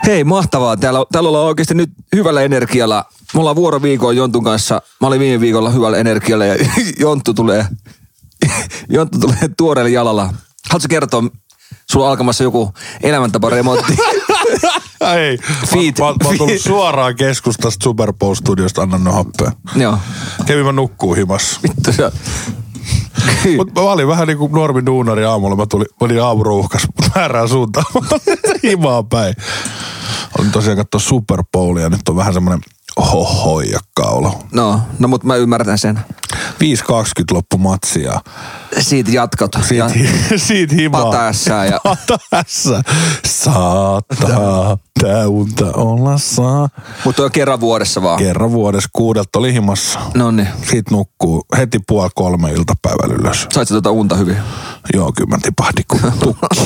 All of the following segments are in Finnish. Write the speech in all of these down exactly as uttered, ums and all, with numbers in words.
Hei, mahtavaa. Täällä, täällä ollaan oikeasti nyt hyvällä energialla. Me ollaan vuoroviikoin Jontun kanssa. Mä olin viime viikolla hyvällä energialla ja Jonttu tulee, Jonttu tulee tuoreella jalalla. Haluatko kertoa, sulla on alkamassa joku elämäntaparemontti? Ei, Feet. mä, mä, mä oon tullut suoraan keskustasta Super Bowl-studiosta, annan ne happea. Joo. Kävin mä nukkuu himassa. Vittu se on. Mutta mä olin vähän niin kuin normi duunari aamulla. Mä tulin, mä olin aamuruuhkas väärään suuntaan. Himaa päin. Olin tosiaan katsoa Super Bowlia. Nyt on vähän semmoinen hohoijakka olo. No, no mutta mä ymmärrän sen. viisi kaksikymmentä loppu matsia. Siitä jatkot. Siitä, ja siitä himaa. Pataässää. Ja... Pataässää. Saattaa tää unta olla saa. Mutta on kerran vuodessa vaan. Kerran vuodessa. Kuudelta oli himassa. Noniin. Siitä nukkuu heti puoli kolme iltapäivällä ylös. Sait sä tuota unta hyvin? Joo, kyllä mä tipahdin kun tukki.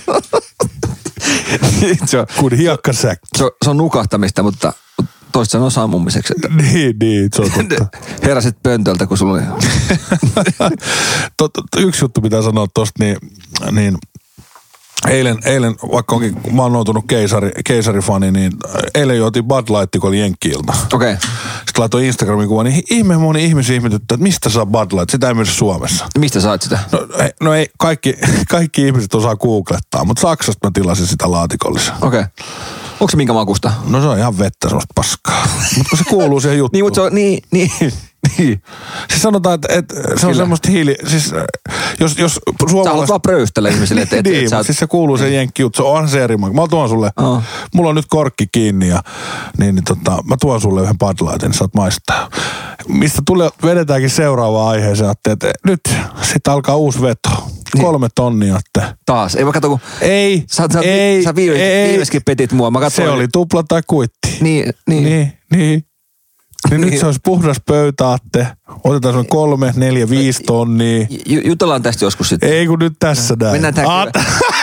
Kun hiekkasäkki. Se, se on nukahtamista, mutta toista sanoo sammumiseksi. Että... Niin, niin, se on totta. Heräsit pöntöltä, kun sulla oli... Tot, yksi juttu pitää sanoa tosta, niin, niin eilen, eilen, vaikka onkin, mä oon noutunut keisari, keisarifani, niin eilen juotiin Bud Light, kun oli Jenkki-ilta. Okei. Okay. Sitten laitoin Instagramin kuvan, niin ihme moni ihmisiä ihmetyttää, että mistä saa Bud Light, sitä ei myös Suomessa. Mistä sait sitä? No, ei, no ei, kaikki, kaikki ihmiset osaa googlettaa, mutta Saksasta mä tilasin sitä laatikollisen. Okei. Okay. Onko se minkä makusta? No se on ihan vettä semmoista paskaa. Mutta se kuuluu siihen juttuun. Niin, mutta se on, niin, niin, niin. Siis sanotaan, että, että se Kyllä. on semmoista hiili, siis jos, jos suomalaiset... Sä haluat vaan pröystellä ihmisille, että... et, niin, et, mutta et, siis se kuuluu se jenkki juttu, se on se eri maku. Mä tuon sulle, oh. mulla on nyt korkki kiinni ja niin, niin tota, mä tuon sulle yhden Bud Lightin, niin saat maistaa. Mistä tulee, vedetäänkin seuraavaan aiheeseen, että nyt sit alkaa uusi veto. Kolme tonnia, että... Taas. Ei mä katso, kun... Ei, sä, sä, ei, sä viime, ei. viimeskin petit mua. Mä katsoin, se oli tupla tai kuitti. Niin, niin. Niin, niin. Niin nyt se olisi puhdas pöytäätte. Otetaan semmoinen kolme, neljä, viisi tonnia. J- jutellaan tästä joskus sitten. Ei kun nyt tässä näin. Mennään tää Aat...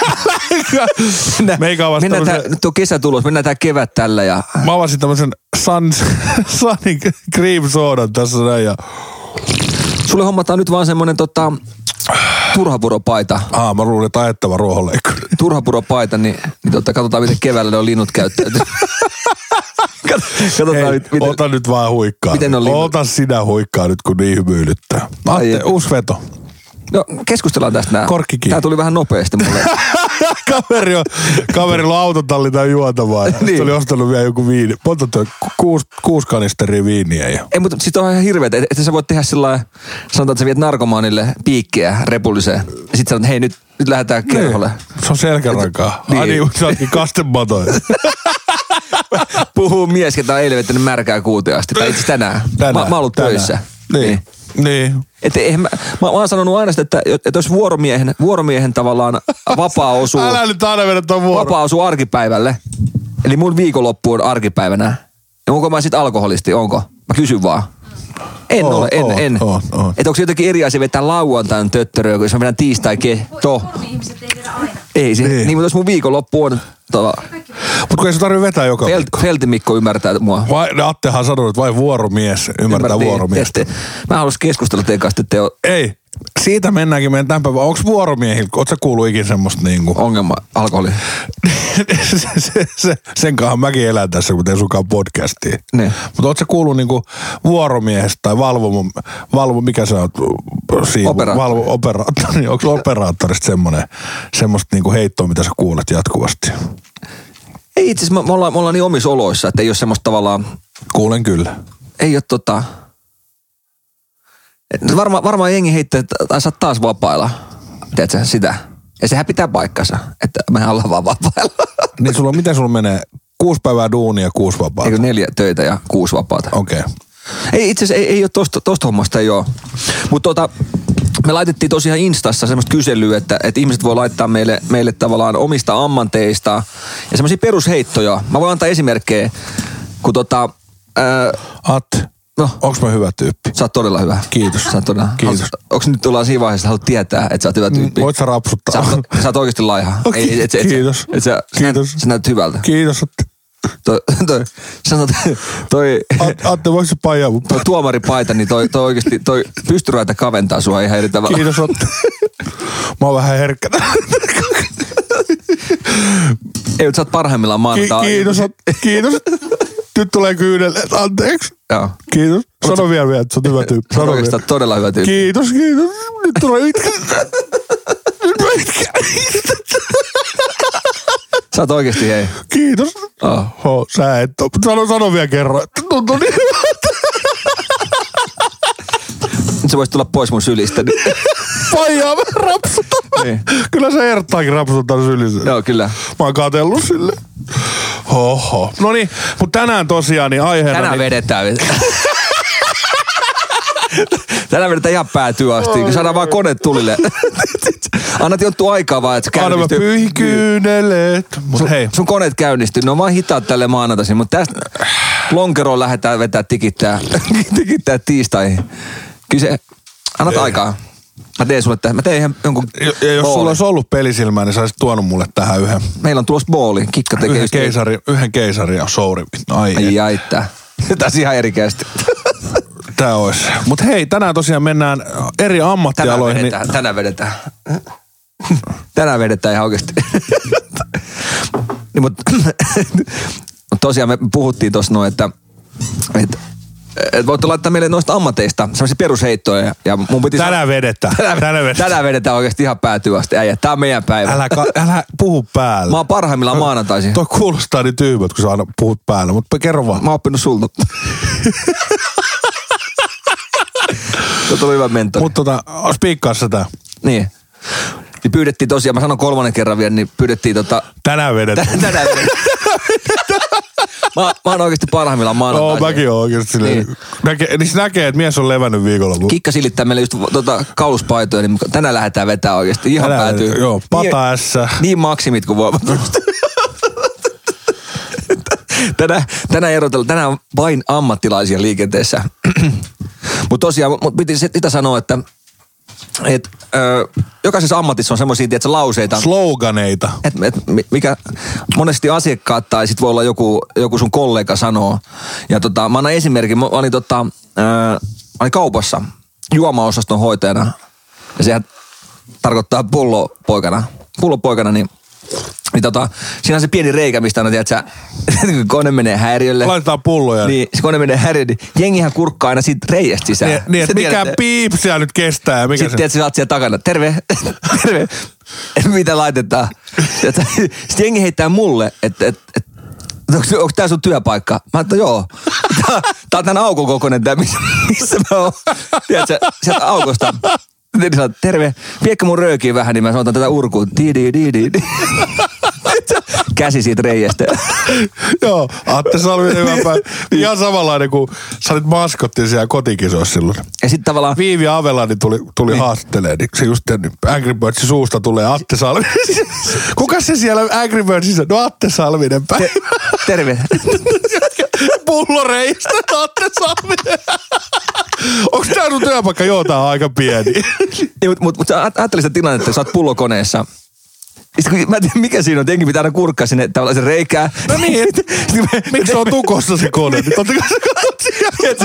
Meikä avasi mennään tämmösen... tää, tuo kesä tulos, mennään tää kevät tällä ja... Mä avasin tämmösen sun, sunny cream sodan tässä näin ja... Sulle hommataan nyt vaan semmonen tota... turhapuropaita. Aa, mä luulin, että ajettava ruohonleikkuri. Turhapuropaita, niin, niin tota, katsotaan miten keväällä ne on linnut käyttäytyy. Katsotaan Hei, miten... ota nyt vaan huikkaa. Miten on linnut? Ota sinä huikkaa nyt, kun niin hymyilyttää. Atte, uusi veto. No, keskustellaan tästä nää. Korkkikin. Tää tuli vähän nopeasti mulle. Kaveri on, kaverilla on autotalli tai juotamaan. niin. Se oli ostanut vielä joku viini. Monta tuo, kuusi, kuusi kanisteria viiniä. Ja. Ei, mutta sit on ihan hirveetä, että et sä voit tehdä sillä lailla, sanotaan, että sä viet narkomaanille piikkiä repulliseen. Ja sit sanot, hei nyt, nyt lähdetään kerholle. Niin. Se on selkärankaa. Niin. Ai niin, sä ootkin kastematoja. Puhuu mies, ketä on eilen vettänyt märkää kuuteen asti. Tai itse tänään. tänään. Mä, mä oon ollut tänään. Töissä. Niin. niin. Niin. Että mä, mä oon sanonut aina sitä, että, että jos vuoromiehen, vuoromiehen tavallaan vapaa osuu... Älä nyt aina vedä tuon vuoro. Vapaa osuu arkipäivälle. Eli mun viikonloppu on arkipäivänä. Ja onko mä sit alkoholisti, onko? Mä kysyn vaan. En oh, ole, en, oh, en. Oh, oh. Että onko se jotenkin eri asia vetää lauantain töttöröä, jos mä vedän tiistai ke... To. Ihmiset ei vedä aina. Ei se. Niin, niin mutta jos mun viikonloppu on... To, Mutta kun ei se tarvitse vetää joka Felt, viikko. Feltimikko ymmärtää mua. Vai, Attehan sanoi, että vain vuoromies ymmärtää vuoromiestä. Mä haluaisin keskustella teidän kanssa, että te on... Ei. Siitä mennäänkin meidän tämän päivän. Onko vuoromiehillä, ootko sä kuullut ikin semmoista niinku... Ongelma, alkoholi. se, se, se, sen kanssa mäkin elän tässä, kun teen sunkaan podcastia. Ne. Mutta ootko sä kuullut niinku vuoromiehestä tai valvo, valvo mikä sä oot? Siivu, Operaattori. Valvo, operaattori. Onko operaattorista semmoinen, semmoista niinku heittoa, mitä sä kuulet jatkuvasti? Ei itse asiassa, me ollaan, me ollaan niin omissa oloissa, että ei ole semmoista tavallaan... Kuulen kyllä. Ei ole tota... Varma, varmaan jengi heittää, tai sä taas vapailla. Tiedätkö sitä? Ja sehän pitää paikkansa, että mehän ollaan vaan vapailla. Niin sulla, miten sulla menee? Kuusi päivää duunia, kuusi vapaata? Eikö neljä töitä ja kuusi vapaata? Okei. Okay. Ei itse asiassa, ei, ei ole tosta, tosta hommasta, ei ole. Mutta tota, me laitettiin tosiaan Instassa semmoista kyselyä, että, että ihmiset voi laittaa meille, meille tavallaan omista ammanteista ja semmoisia perusheittoja. Mä voin antaa esimerkkejä, kun tota... Ää, Atte, no, onks mä hyvä tyyppi? Sä oot todella hyvä. Kiitos. Sä oot todella, Kiitos. Onko nyt tullaan siinä vaiheessa, että haluat tietää, että sä oot hyvä tyyppi? Voit sä rapsuttaa? Sä, sä oot oikeasti laiha. Okay. Ei, et, et, Kiitos. Et, sä, Kiitos. Sä, sä näyt hyvältä. Kiitos, Atte. Toi, toi, sanot, toi... Atte, voiko se paijaa mun Toi tuomaripaita, niin toi, toi oikeasti, toi pystyraita kaventaa sua ihan eri tavalla. Kiitos, Atte. Mä oon vähän herkkänä. Ei, mutta sä oot parhaimmillaan maanantai. Ki- kiitos, kiitos. Nyt tulee kyynel. Anteeksi. Joo. Kiitos. Sano vielä vielä, että sä oot hyvä tyyppi. Sano oikeastaan todella hyvä tyyppi. Kiitos, kiitos. Nyt tulee itkä. Nyt mä itkä. Sä oot oikeesti hei. Kiitos. Oh. Ho, sä et oo. Sano, sano vielä kerran. Tuntuu niin hyvältä. Se voisi tulla pois mun sylistä. Paijaa mä rapsutan. Niin. Kyllä sä Erttaakin rapsutan sylissä. Joo, kyllä. Mä oon katsellut sille. Hoho. No niin, mutta tänään tosiaan niin aiheena... Tänään niin... vedetään. Tänään vedetään ihan päätyy asti. Oi, saadaan vaan kone tulille. Annat jonttu aikaa vaan, että se käynnistyy. Anna mä pyyhkyyneleet. Sun, hei. Sun koneet käynnistyy. Ne on vaan hitaat tälle maanantaisin, mutta tästä lonkeroon lähdetään vetää tikittää, tikittää tiistaihin. Kyllä se, annat Ei. aikaa. Mä teen sulle tähän. Mä teen ihan jonkun Ja, ja jos booli. Sulla olisi ollut pelisilmää, niin sä olisit tuonut mulle tähän yhden. Meillä on tulossa booli. Kikka tekee yhden keisari, yhden keisari ja souri. Ai, Ai jäittää. Tässä ihan erikäisesti. Tää olisi. Mut hei, tänään tosiaan mennään eri ammattialoihin. Tänään vedetään. Niin... Tänään vedetään. Tänään vedetään ihan oikeasti. niin, mutta tosiaan me puhuttiin tossa noin, että... että Et voitte laittaa meille noista ammateista sellaisia perusheittoja. Ja, ja mun piti tänään vedetään. Tänään, tänään vedetään. Tänään vedetään oikeasti ihan päätyy asti. Äijä, tää on meidän päivä. Älä, älä puhu päällä. Mä oon parhaimmillaan maanantaisin. Toi kuulostaa niin tyhmät, kun sä aina puhut päällä. Mutta kerro vaan. Mä oon oppinut sulta. Tuo oli hyvä mentori. Mutta tota, spiikkaa sitä. Niin. Niin pyydettiin tosiaan, mä sanon kolmannen kerran vielä, niin pyydettiin tota... Tänään vedetään. Tänään vedetään. Mä, mä oon oikeesti parhaimmillaan maanantaisin. Oo, mäkin oon oikeesti silleen. Niin. Näkee, niin se näkee, että mies on levännyt viikonloppuun. Kikka silittää meille just tota, kauluspaitoja, niin tänään lähdetään vetää oikeesti. Ihan tänään, päätyy. Joo, pata ässä. Niin, niin maksimit kuin voivat. tänään, tänään erotellaan, tänään on vain ammattilaisia liikenteessä. Mutta tosiaan, mut piti sitä sanoa, että et, ö, jokaisessa ammatissa on semmoisia, tiedätkö, lauseita. Sloganeita. Et, et, mikä monesti asiakkaat tai sit voi olla joku, joku sun kollega sanoo. Ja tota, mä annan esimerkin. Mä olin, tota, ö, mä olin kaupassa juomaosaston hoitajana. Ja sehän tarkoittaa pullopoikana. Pullopoikana, niin Niin tota, siinä on se pieni reikä, mistä aina, tiedätkö, kun kone menee häiriölle. Laitetaan pulloja. Niin, se kone menee häiriölle, niin jengihän kurkkaa aina siitä reiästä sisään. Niin, niin että mikä tiedät, piip siellä nyt kestää. Mikä sitten tiedät, sä oot siellä takana. Terve, terve. Mitä laitetaan? Sitten jengi heittää mulle, että et, et, onko, onko tää sun työpaikka? Mä ajattelin, joo. Tää, tää on tän aukon kokoinen, tää, missä, missä mä oon. Tiedätkö, sieltä aukosta. Niin sanoo, terve, viekö mun röökiin vähän, niin mä sanotaan tätä urkuun. Di, di, di, di, di. Käsi siitä reiästä. Joo, Atte Salminen hyvä päivä. Ihan samanlainen kuin sä olit maskotti siellä kotikisoissa silloin. Ja sitten tavallaan... Viivi Avelani tuli, tuli niin. haastattelemaan, niin se just Angry Birdsin suusta tulee Atte Salminen. Kuka se siellä Angry Birdsissa? No Atte Salminen päivä. Te, terve. Pulloreista Atte Salminen. Onko tää sun työpaikka? Joo, tää on aika pieni. Mutta mut, mut sä ajattelin sitä tilannetta, että sä oot pullokoneessa. Sitten, mä en tiedä, mikä siinä on. Jengi pitää aina kurkkaa sinne tavallaan sen reikää. No niin, et, miksi se on tukossa se kone? Niin totta kai sä katsot siellä.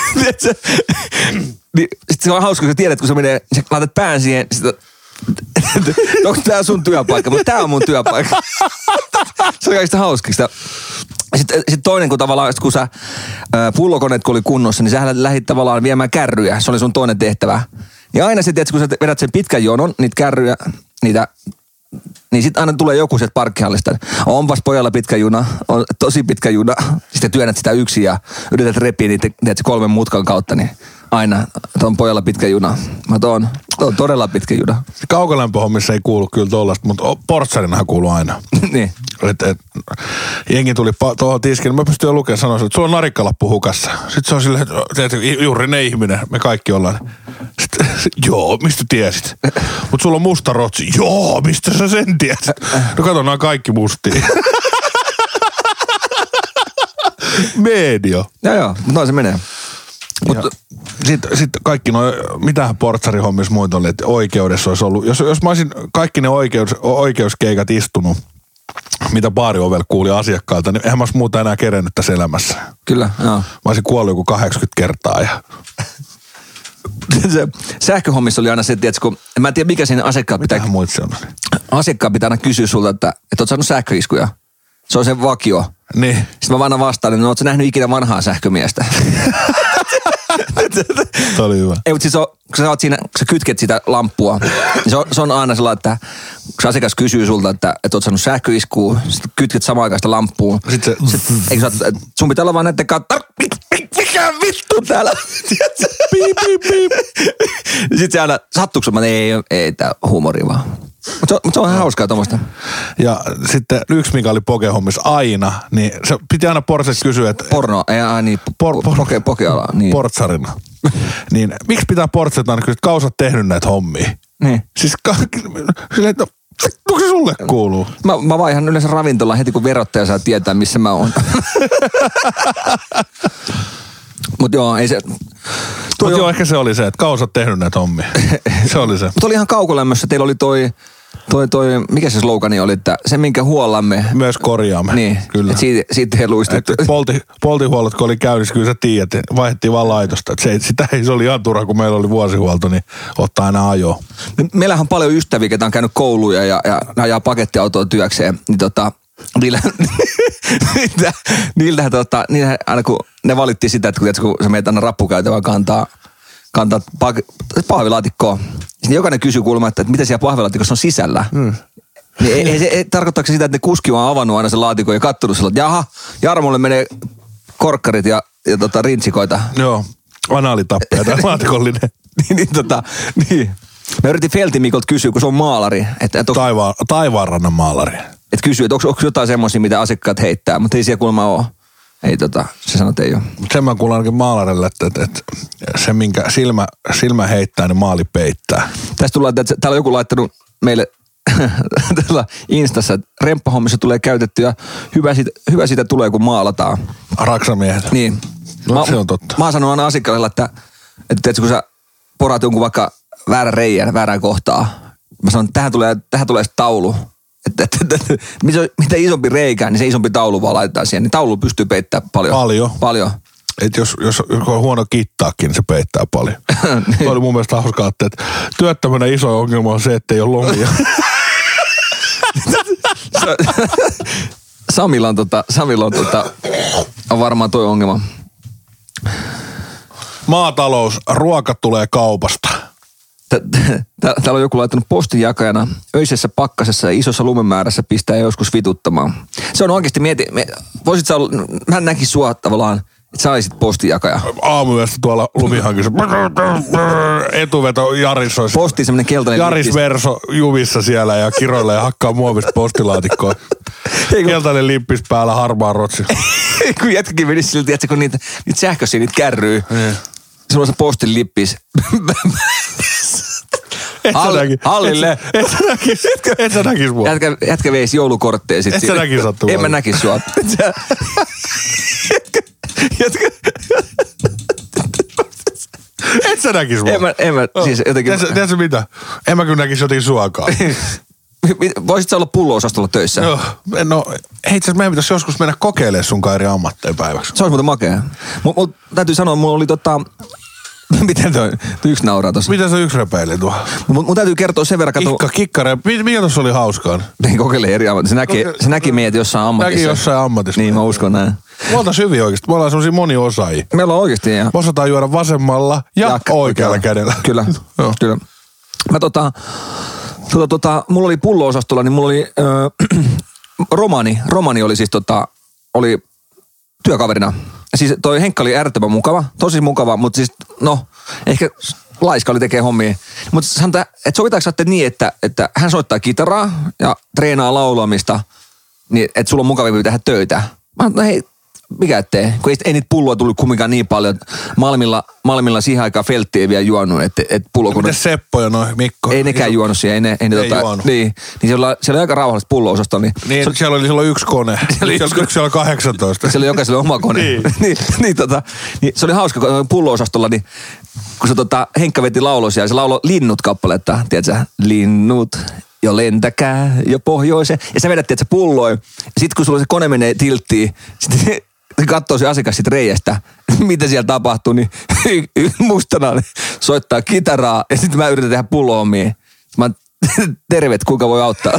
Niin, sitten se on hauska, kun sä tiedät, kun sä menee, sä laitat pään siihen, sit, onko tää sun työpaikka? Mutta tää on mun työpaikka. Se on kaikista hauskista. Sitten sit toinen, kun tavallaan, kun sä pullokoneet kun oli kunnossa, niin sä lähdit tavallaan viemään kärryjä. Se oli sun toinen tehtävä. Ja aina se, tiedät, kun sä vedät sen pitkän jonon, niitä kärryjä, niitä... Niin sitten aina tulee joku sieltä parkkihallista. Onpas pojalla pitkä juna, on tosi pitkä juna. Sitten työnnät sitä yksin ja yrität repiä niitä tiedätkö, kolmen mutkan kautta, niin aina tuon pojalla pitkä juna. Mä tuon, tuon todella pitkä juna. Kaukolämpöhommissa ei kuulu kyllä tollaista, mutta portsarinahan kuuluu aina. Niin. Et, et, jengi tuli pa- tuohon tiskiin, mä pystyn jo lukemaan sanoa, että sulla on narikkalappu hukassa. Sitten se on silleen, että juuri ne ihminen, me kaikki ollaan. Sitten, joo, mistä tiesit? Mutta sulla on musta rotsi. Joo, mistä sä sen tiesit? No kato, nämä kaikki mustia. Medio. Joo, joo, mutta noin se menee. Mutta sitten sit kaikki noin, mitähän portsarihommissa muita oli, että oikeudessa olisi ollut. Jos, jos mä olisin kaikki ne oikeus, oikeuskeikat istunut, mitä baariovella kuuli asiakkailta, niin eihän mä olisi muuta enää kerennyt tässä elämässä. Kyllä, joo. Mä olisin kuollut joku kahdeksankymmentä kertaa. Ja... se sähköhommissa oli aina se, että kun, mä en tiedä mikä siinä asiakkaat pitää... Mitähän muut se on? Asiakkaat pitää aina kysyä sulta, että, että oot saanut sähköiskuja. Se on se vakio. Niin. Sitten mä vanna vastaan, että no, ootko sä nähnyt ikinä vanhaa sähkömiestä? Se oli hyvä. Ei, mutta siis on, kun sä, oot siinä, kun sä kytket sitä lamppua, niin se on, se on aina sellainen, että kun asiakas kysyy sulta, että, että oot saanut sähköiskua, sitten kytket samaan aikaan sitä lamppua. Sitten se... Sit, eikö sä oot, sun pitää olla vaan näiden kattaa, mikä vittu täällä? Piip, piip, piip. Sitten se aina, sattuuko sun, ei, ei tää huumori vaan. Mutta se, mut se on ihan hauskaa tommoista. Ja sitten yksi, mikä oli pokehommissa aina, niin se piti aina Porset kysyä, että... Porno, ei aina niin, por, por, poke, pokeala. Niin. Portsarina. Niin, miksi pitää Portset aina kysyä, että kauan sä oot tehnyt näitä hommia? Niin. Siis silleen, että onko se sulle kuuluu? Mä, mä vaihan yleensä ravintolaan heti, kun verottaja saa tietää, missä mä oon. Mut joo, ei se... Mut joo, ehkä se oli se, että kauan sä oot tehnyt näitä hommia. Se oli se. Mutta oli ihan kaukolämmössä. Teillä oli toi, toi, toi, mikä se slogani oli, että se minkä huollamme. Myös korjaamme. Niin, kyllä. Siitä, siitä ei luistettu. Polti, poltihuollot, kun oli käynnissä, kyllä sä tiedät, vaihdettiin vaan laitosta. Se, sitä ei, se oli ihan turha, kun meillä oli vuosihuolto, niin ottaa aina ajoa. Meillähän on paljon ystäviä, ketä on käynyt kouluja ja, ja ajaa pakettiautoa työkseen. Niin tota, niillä, niiltä, niiltä, tota, niiltä, aina kun ne valittiin sitä, että kun, tiedätkö, kun sä menet aina rappukäytävään kantaa, kantaa pahvilaatikkoa, niin jokainen kysyy kuulemma, että, että mitä siellä pahvilaatikossa on sisällä. Mm. Niin ei, ei, ei, ei, tarkoittaako se sitä, että ne kuski on avannut aina sen laatikon ja kattonut sillä, että jaha, Jarmolle menee korkkarit ja, ja tota, rintsikoita. Joo, anaalitappeja tämä laatikollinen. niin, niin, tota, niin. Mä yritin Feltin Mikolta kysyä, kun se on maalari. Että, että onko, Taivaan, taivaanrannan maalari. Että kysyy, että onko, onko jotain semmoisia, mitä asiakkaat heittää, mutta ei siellä kuulemma ole. Ei tota, se sanoo, että ei ole. Sen mä kuulen ainakin maalarille, että, että, että se minkä silmä, silmä heittää, niin maali peittää. Tästä tullaan, että täällä on joku laittanut meille tällä Instassa, että remppahommissa tulee käytetty ja hyvä siitä, hyvä siitä tulee, kun maalataan. Raksamiehet. Niin. No, mä, se on totta. Mä oon sanonut aina asiakkaille, että, että tiedätkö, kun sä poraat jonkun vaikka väärän reijän, väärään kohtaa. Mä sanon, että tähän tulee, tähän tulee taulu. Että, että, että, että mitä isompi reikä, niin se isompi taulu vaan laitetaan siihen. Niin taulu pystyy peittämään paljon. Paljon. Paljon. Että jos, jos on huono kittaakin, niin se peittää paljon. niin. Tuo oli mun mielestä hauskaa, että työttömänä iso ongelma on se, että ei ole lomia. Samilla on, tota, Samilla on, tota, on varmaan toi ongelma. Maatalous, ruoka tulee kaupasta. Täällä on joku laittanut postinjakajana öisessä pakkasessa ja isossa lumemäärässä pistää joskus vituttamaan. Se on oikeasti, mieti, voisit sä olla, mä näkin sua tavallaan, että sä olisit postinjakaja. Aamuyöstä tuolla lumihankissa. Etuveto Jaris olisi. Posti semmoinen keltainen Jaris lippis. Verso juvissa siellä ja kiroilla ja hakkaa muovista postilaatikkoa. Keltainen lippis päällä, harmaa rotsi. Kun jätkäkin menisi silti, että kun niitä, niitä sähköisiä, niitä kärryy. Mm. Sulla on se postin lippis. Et All, sä näkis. Hallille. Et sä näkis. Et sä näkis mua. Jätkä, jätkä veisi joulukortteja sit. Et sä näkis sattu. En mä näkis sua. jätkä, jätkä. Et sä näkis mua. En mä, en mä oh. siis jotenkin. Tiedätkö mitä? En mä kyllä näkis jotenkin suakaan. Voisit sä olla pullo-osastolla töissä? Joo. No, hei itse asiassa meidän pitäisi joskus mennä kokeilemaan sunkaan eri ammatteja päiväksi. Se olisi muuten makea. Mut, mut täytyy sanoa, mulla oli tota... Miten toi? Yksi nauraa tossa. Mitä se yksi repeili tuo? Mun, mun täytyy kertoa sen verran, kato... Kikka, kikkare. Mikä tuossa oli hauskaan? Niin kokeilee eri ammatissa. Se näki, Koke... se näki meidät jossain ammatissa. Näki jossain ammatissa. Niin, mä uskon näin. Me oltaisiin hyviä oikeasti. Me ollaan sellaisia moniosaajia. Meillä on oikeasti. Ja... Me osataan juoda vasemmalla ja, ja oikealla kädellä. Kyllä, kyllä. Mä tota... Tota, tota, mulla oli pullo-osastolla, niin mulla oli äh, romani. Romani oli siis tota... Oli työkaverina. Siis toi Henkka oli äärettömän mukava, tosi mukava, mutta siis no, ehkä laiska oli tekee hommia. Mutta sanotaan, että sovitaanko saatte niin, että, että hän soittaa kitaraa ja treenaa laulamista, niin että sulla on mukavampi tehdä töitä. Mä sanoin, no hei, mikä ettei, kun ei, ei niitä pulloa tullut kumminkaan niin paljon. Malmilla, Malmilla siihen aikaan Feltti ei vielä juonut, että et pullo... Miten Seppo ja noin Mikko? Ei nekään juonut siihen, ei ne... Ei, ne ei tota, juonut. Niin, niin siellä oli, siellä oli aika rauhallista pullo-osasto. Niin, niin se, siellä oli silloin yksi kone. Siellä, siellä, yksi, siellä oli kahdeksantoista. Siellä oli jokaiselle oma kone. niin. niin, niin, tota, niin, se oli hauska, kun pullo-osastolla, niin kun se tota, Henkka veti laulosia ja se lauloi Linnut-kappaletta, tiedätkö? Linnut... Jo lentäkää, jo pohjoiseen. Ja sä vedät, tiedätkö, pulloin. Ja sit kun sulla se kone menee tilttiin, sitten se katsoo se asiakas sit reiästä, mitä siellä tapahtuu, niin mustana niin soittaa kitaraa. Ja sitten mä yritän tehdä pullo-hommia. Mä tervet, kuinka voi auttaa.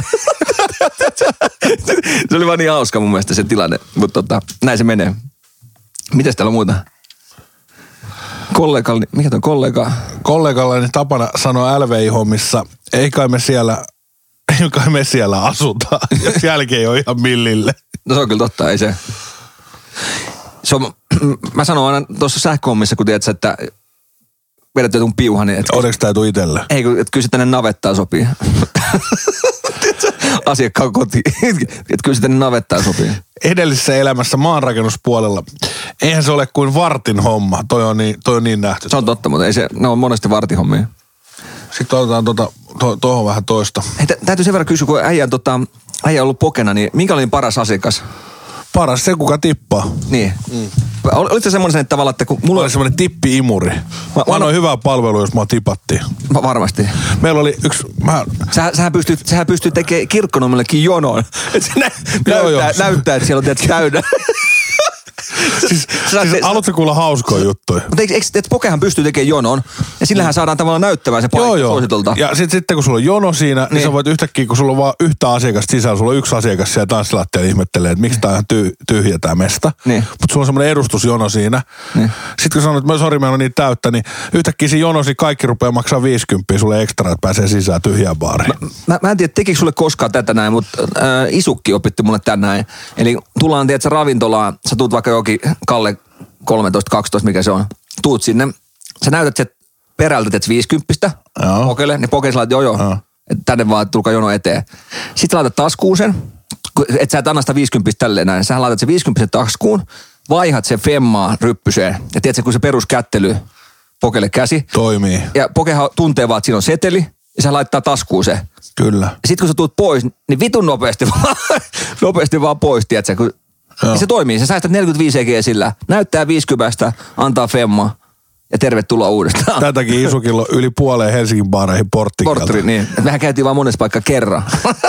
Se oli vaan niin hauska mun mielestä se tilanne, mutta tota, näin se menee. Mitäs täällä on muuta? Kollegallani, mikä toi kollega? Kollegallani tapana sanoa L V I-hommissa, ei kai me siellä, ei kai me siellä asuta, jos jälkeen on ihan millille. No se on kyllä totta, ei se. se on, mä sanon aina tuossa sähköhommissa, kun tiedät, että vedät jotain piuhan, niin... Oliko tää tuu itselle? Ei, kun kyllä se tänne navettaan sopii. Asiakkaan kotiin. Että kyllä se tänne navettaan sopii. Edellisessä elämässä maanrakennuspuolella, eihän se ole kuin vartin homma. Toi on niin, toi on niin nähty. Se on totta, mutta ei se, ne on monesti vartihommia. Sitten otetaan tuota, to, tuohon vähän toista. Hei, täytyy sen verran kysyä, kun äijä on, tota, äijä on ollut pokena, niin minkä oli paras asiakas? Paras se, kuka tippaa. Niin. Mm. Olitko se semmoinen tavalla, että kun mulla oli semmoinen tippi-imuri. Mä, mä annoin hyvää palvelua, jos mua tipattiin. Varmasti. Meillä oli yksi... Mä... Sä, sähän pystyy, sähän pystyy tekemään Kirkkonommellekin jonon. Että se nä, joo, näyttää, joo. näyttää, että siellä on tietysti täydä. siis siis te, haluatko kuulla hauskoja juttuja? Mutta eikö, eikö et pokehan pystyy tekemään jonon, ja sillähän saadaan tavallaan näyttämään se paikka toiselta. Ja sitten sit, kun sulla on jono siinä, niin. niin sä voit yhtäkkiä, kun sulla on vaan yhtä asiakasta sisällä, sulla on yksi asiakas siellä tanssilattialla ihmettelee, että miksi tää on ihan ty- tyhjä tää mesta. Niin. Mutta sulla on semmoinen edustusjono siinä. Niin. Sitten kun sanot, että sori, mä en ole niin täyttä, niin yhtäkkiä siinä jonosi kaikki rupeaa maksaa viisikymmentä sulle ekstra, että pääsee sisään tyhjään baariin. Mä, mä, mä en tiedä, tekikö sulle koskaan tätä näin, mutta äh, isukki opitti mulle tän näin. Eli tullaan, tiedätkö, ravintolaan, sä tuut vaikka jokin Kalle kolmetoista kaksitoista, mikä se on. Tuut sinne, sä näytät se perältä, teet viisikymppistä pokelle, niin pokelle sä laitat, joo joo, että tänne vaan tulkaa jono eteen. Sitten laitat taskuun sen, että sä et anna sitä viisikymppistä tälleen näin. Sä laitat se viisikymppisen taskuun, vaihat sen femmaa ryppyseen. Ja tiedätkö, kun se peruskättely, pokelle käsi. Toimii. Ja pokehan tuntee vaan, että siinä on seteli, ja sä laittaa taskuun se. Kyllä. Ja sit kun sä tuut pois, niin vitun nopeasti vaan, nopeasti vaan pois, tiedätkö, kun niin se toimii. Sä säästät neljäkymmentäviisi egeä sillä. Näyttää viisikymmentä, antaa femma ja tervetuloa uudestaan. Tätäkin Isukilla yli puoleen Helsingin baareihin porttikieltä. Portteri, niin. Mehän käytiin vaan monessa paikkaa kerran.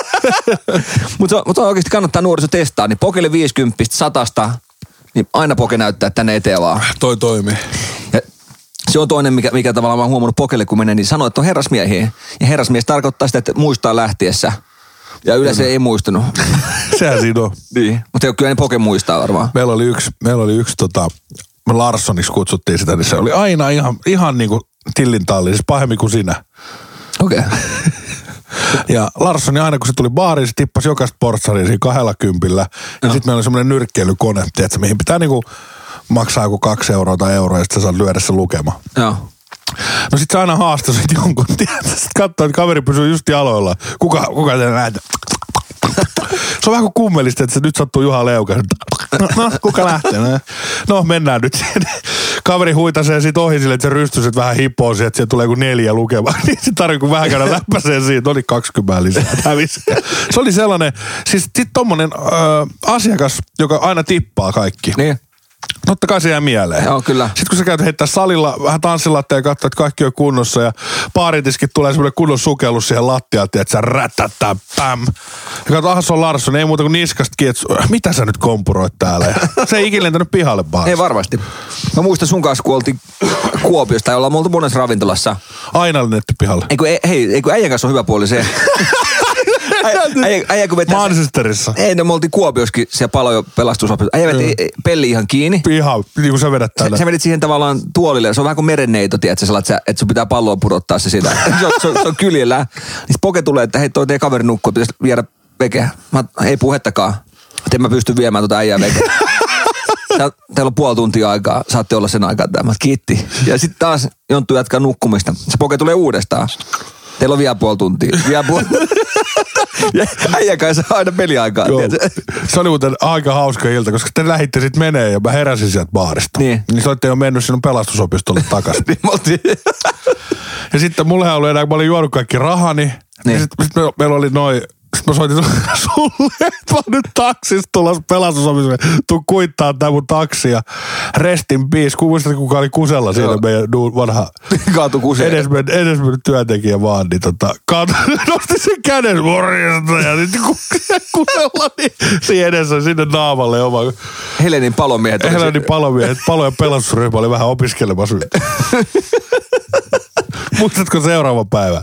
Mutta mut oikeasti kannattaa nuoriso testaa. Niin pokelle viisikymmentä, satasta, niin aina poke näyttää tänne eteen vaan. Toi toimii. Ja se on toinen, mikä, mikä tavallaan mä oon huomannut pokelle, kun menee, niin sanoo, että on herrasmiehiä. Ja herrasmies tarkoittaa sitä, että muistaa lähtiessä. Ja yleensä ei muistunut. Sehän siinä on. Niin, mutta kyllä ne poke muistaa varmaan. Meillä oli yksi, meillä oli yksi tota, me Larssoniksi kutsuttiin sitä, niin se oli aina ihan, ihan niin kuin tillintalli, siis pahemmin kuin sinä. Okei. Okay. Ja Larssoni aina kun se tuli baariin, se tippasi jokaista portsaria siinä kahdella kympillä. Ja sitten meillä oli semmoinen nyrkkeilykone, tiedätkö, mihin pitää niinku maksaa joku kaksi euroa tai euroa, ja sitten sä saat lyödä se lukema. Joo. No sit sä aina haastoi sit jonkun, tiedätkö, sit katsoi, että kaveri pysyy just jaloilla. Kuka, kuka te näet? Se on vähän kuin kummelista, että se nyt sattuu Juha Leuka. No, no kuka lähtee? No, mennään nyt sinne. Kaveri huitasee sit ohi sille, että se rystyset vähän hipoo siihen, että siellä tulee joku neljä lukemaan. Niin se tarvii kun vähän käydä läppäseen siitä. Oli kaksikymmentä lisää. Se oli sellainen, siis sit tommonen ö, asiakas, joka aina tippaa kaikki. Niin. Totta kai se jää mieleen. Joo, kyllä. Sitten kun sä käyt heittää salilla vähän tanssilatteja ja katsoo, että kaikki on kunnossa ja baaritiskit tulee semmoinen kunnon sukellus siihen lattiaan, että sä rätättää, päm. Ja katsoo, aha, se on Larsson, ei muuta kuin niskasta kiinni, että mitä sä nyt kompuroit täällä? Ja se ei ikinä lentänyt pihalle baarissa. Ei varmasti. Mä muistan sun kanssa, kun oltiin Kuopiosta ja ollaan oltu monessa ravintolassa. Aina lennetty pihalle. Eikö, hei, eikö äijän kanssa on hyvä puoli se? Äijä, äijä, kun vetää... Manchesterissa. Ei, no me oltiin Kuopioskin siellä palo- ja pelastusopistossa. Äijä veti pelli ihan kiinni. Ihan, niin kuin sä vedät täällä. Sä, sä vedit siihen tavallaan tuolille. Se on vähän kuin merenneito, tiedätkö, että, että sun pitää palloa pudottaa se sitä. se, on, se, on, se on kyljellä. Niin poke tulee, että hei, toi teidän kaveri nukkuu, pitäisi viedä vekeä. Mä, ei puhettakaan. Että en mä pysty viemään tuota äijää vekeä. Teillä on puoli tuntia aikaa, saatte olla sen aikaa tämä. Kiitti. Ja sitten taas Jonttu jatkaa nukkumista. Se poke tulee uudestaan. Teillä on vielä puoli tuntia. Vielä puoli Ja äijä kai saa aina peliaikaa. Se oli muuten aika hauska ilta, koska te lähditte sit menee ja mä heräsin sieltä baarista. Niin. Niin se olitte jo mennyt sinun pelastusopistolle takaisin. Niin ja sitten mullehan oli enää, kun mä olin juonut kaikki rahani. Niin. Sitten sit me, meillä oli noin... Sitten mä soitin sulle, että mä oon nyt taksista tulossa pelastusopistolle. Tuu kuittaa tää mun taksi ja rest in peace. Muistat, kuka oli kusella siinä Joo. meidän vanha... Kaatu kuseen. Edesmennyt, edesmennyt työntekijä vaan, niin tota... Kaatu, nosti sen käden morjesta ja sitten kusella, niin siinä edessä sinne naamalle oma... Helenin palomiehet. Helenin palomiehet. Palo- ja pelastusryhmä oli vähän opiskelemassa. Muistatko seuraava päivä?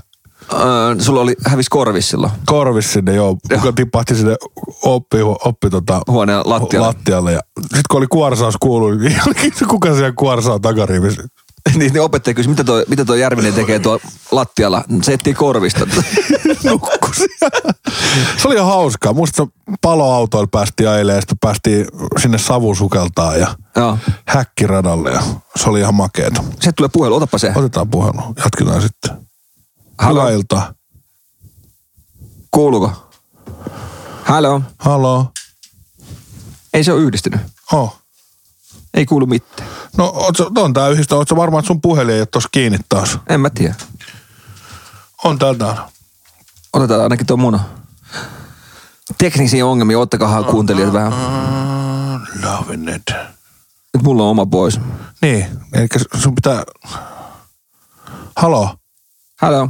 Öö, sulla oli hävis korvis silloin. Korvis sinne, joo. Kuka tipahti sinne oppi, oppi tota, huoneen lattialle. lattialle. Ja sit kun oli kuorsaus kuului, niin kuka siellä kuorsaa takarivissä? Niin, niin opettaja kysyi, mitä toi, mitä toi Järvinen tekee tuo lattialla? Se etsii korvista. Nukkusi. Se oli jo hauskaa. Musta paloautoilla päästiin ajelemaan ja sitten päästiin sinne savusukeltaan ja Joo. häkkiradalle. Ja se oli ihan makeeta. Sieltä tulee puhelu, otapa se. Otetaan puhelu, jatketaan sitten. Halo. Hyvää iltaa. Kuuluuko? Halo. Halo. Ei se ole yhdistynyt. Oh. Ei kuulu mitään. No on tää yhdistä. Ootko varmaan, että sun puhelin ei ole tossa kiinni taas? En mä tiedä. On täältä. Otetaan ainakin tuon muna. Teknisiä ongelmia, ottakahan kuuntelijat vähän. Loving it. Nyt mulla on oma pois. Niin, eli sun pitää... Halo? Halo.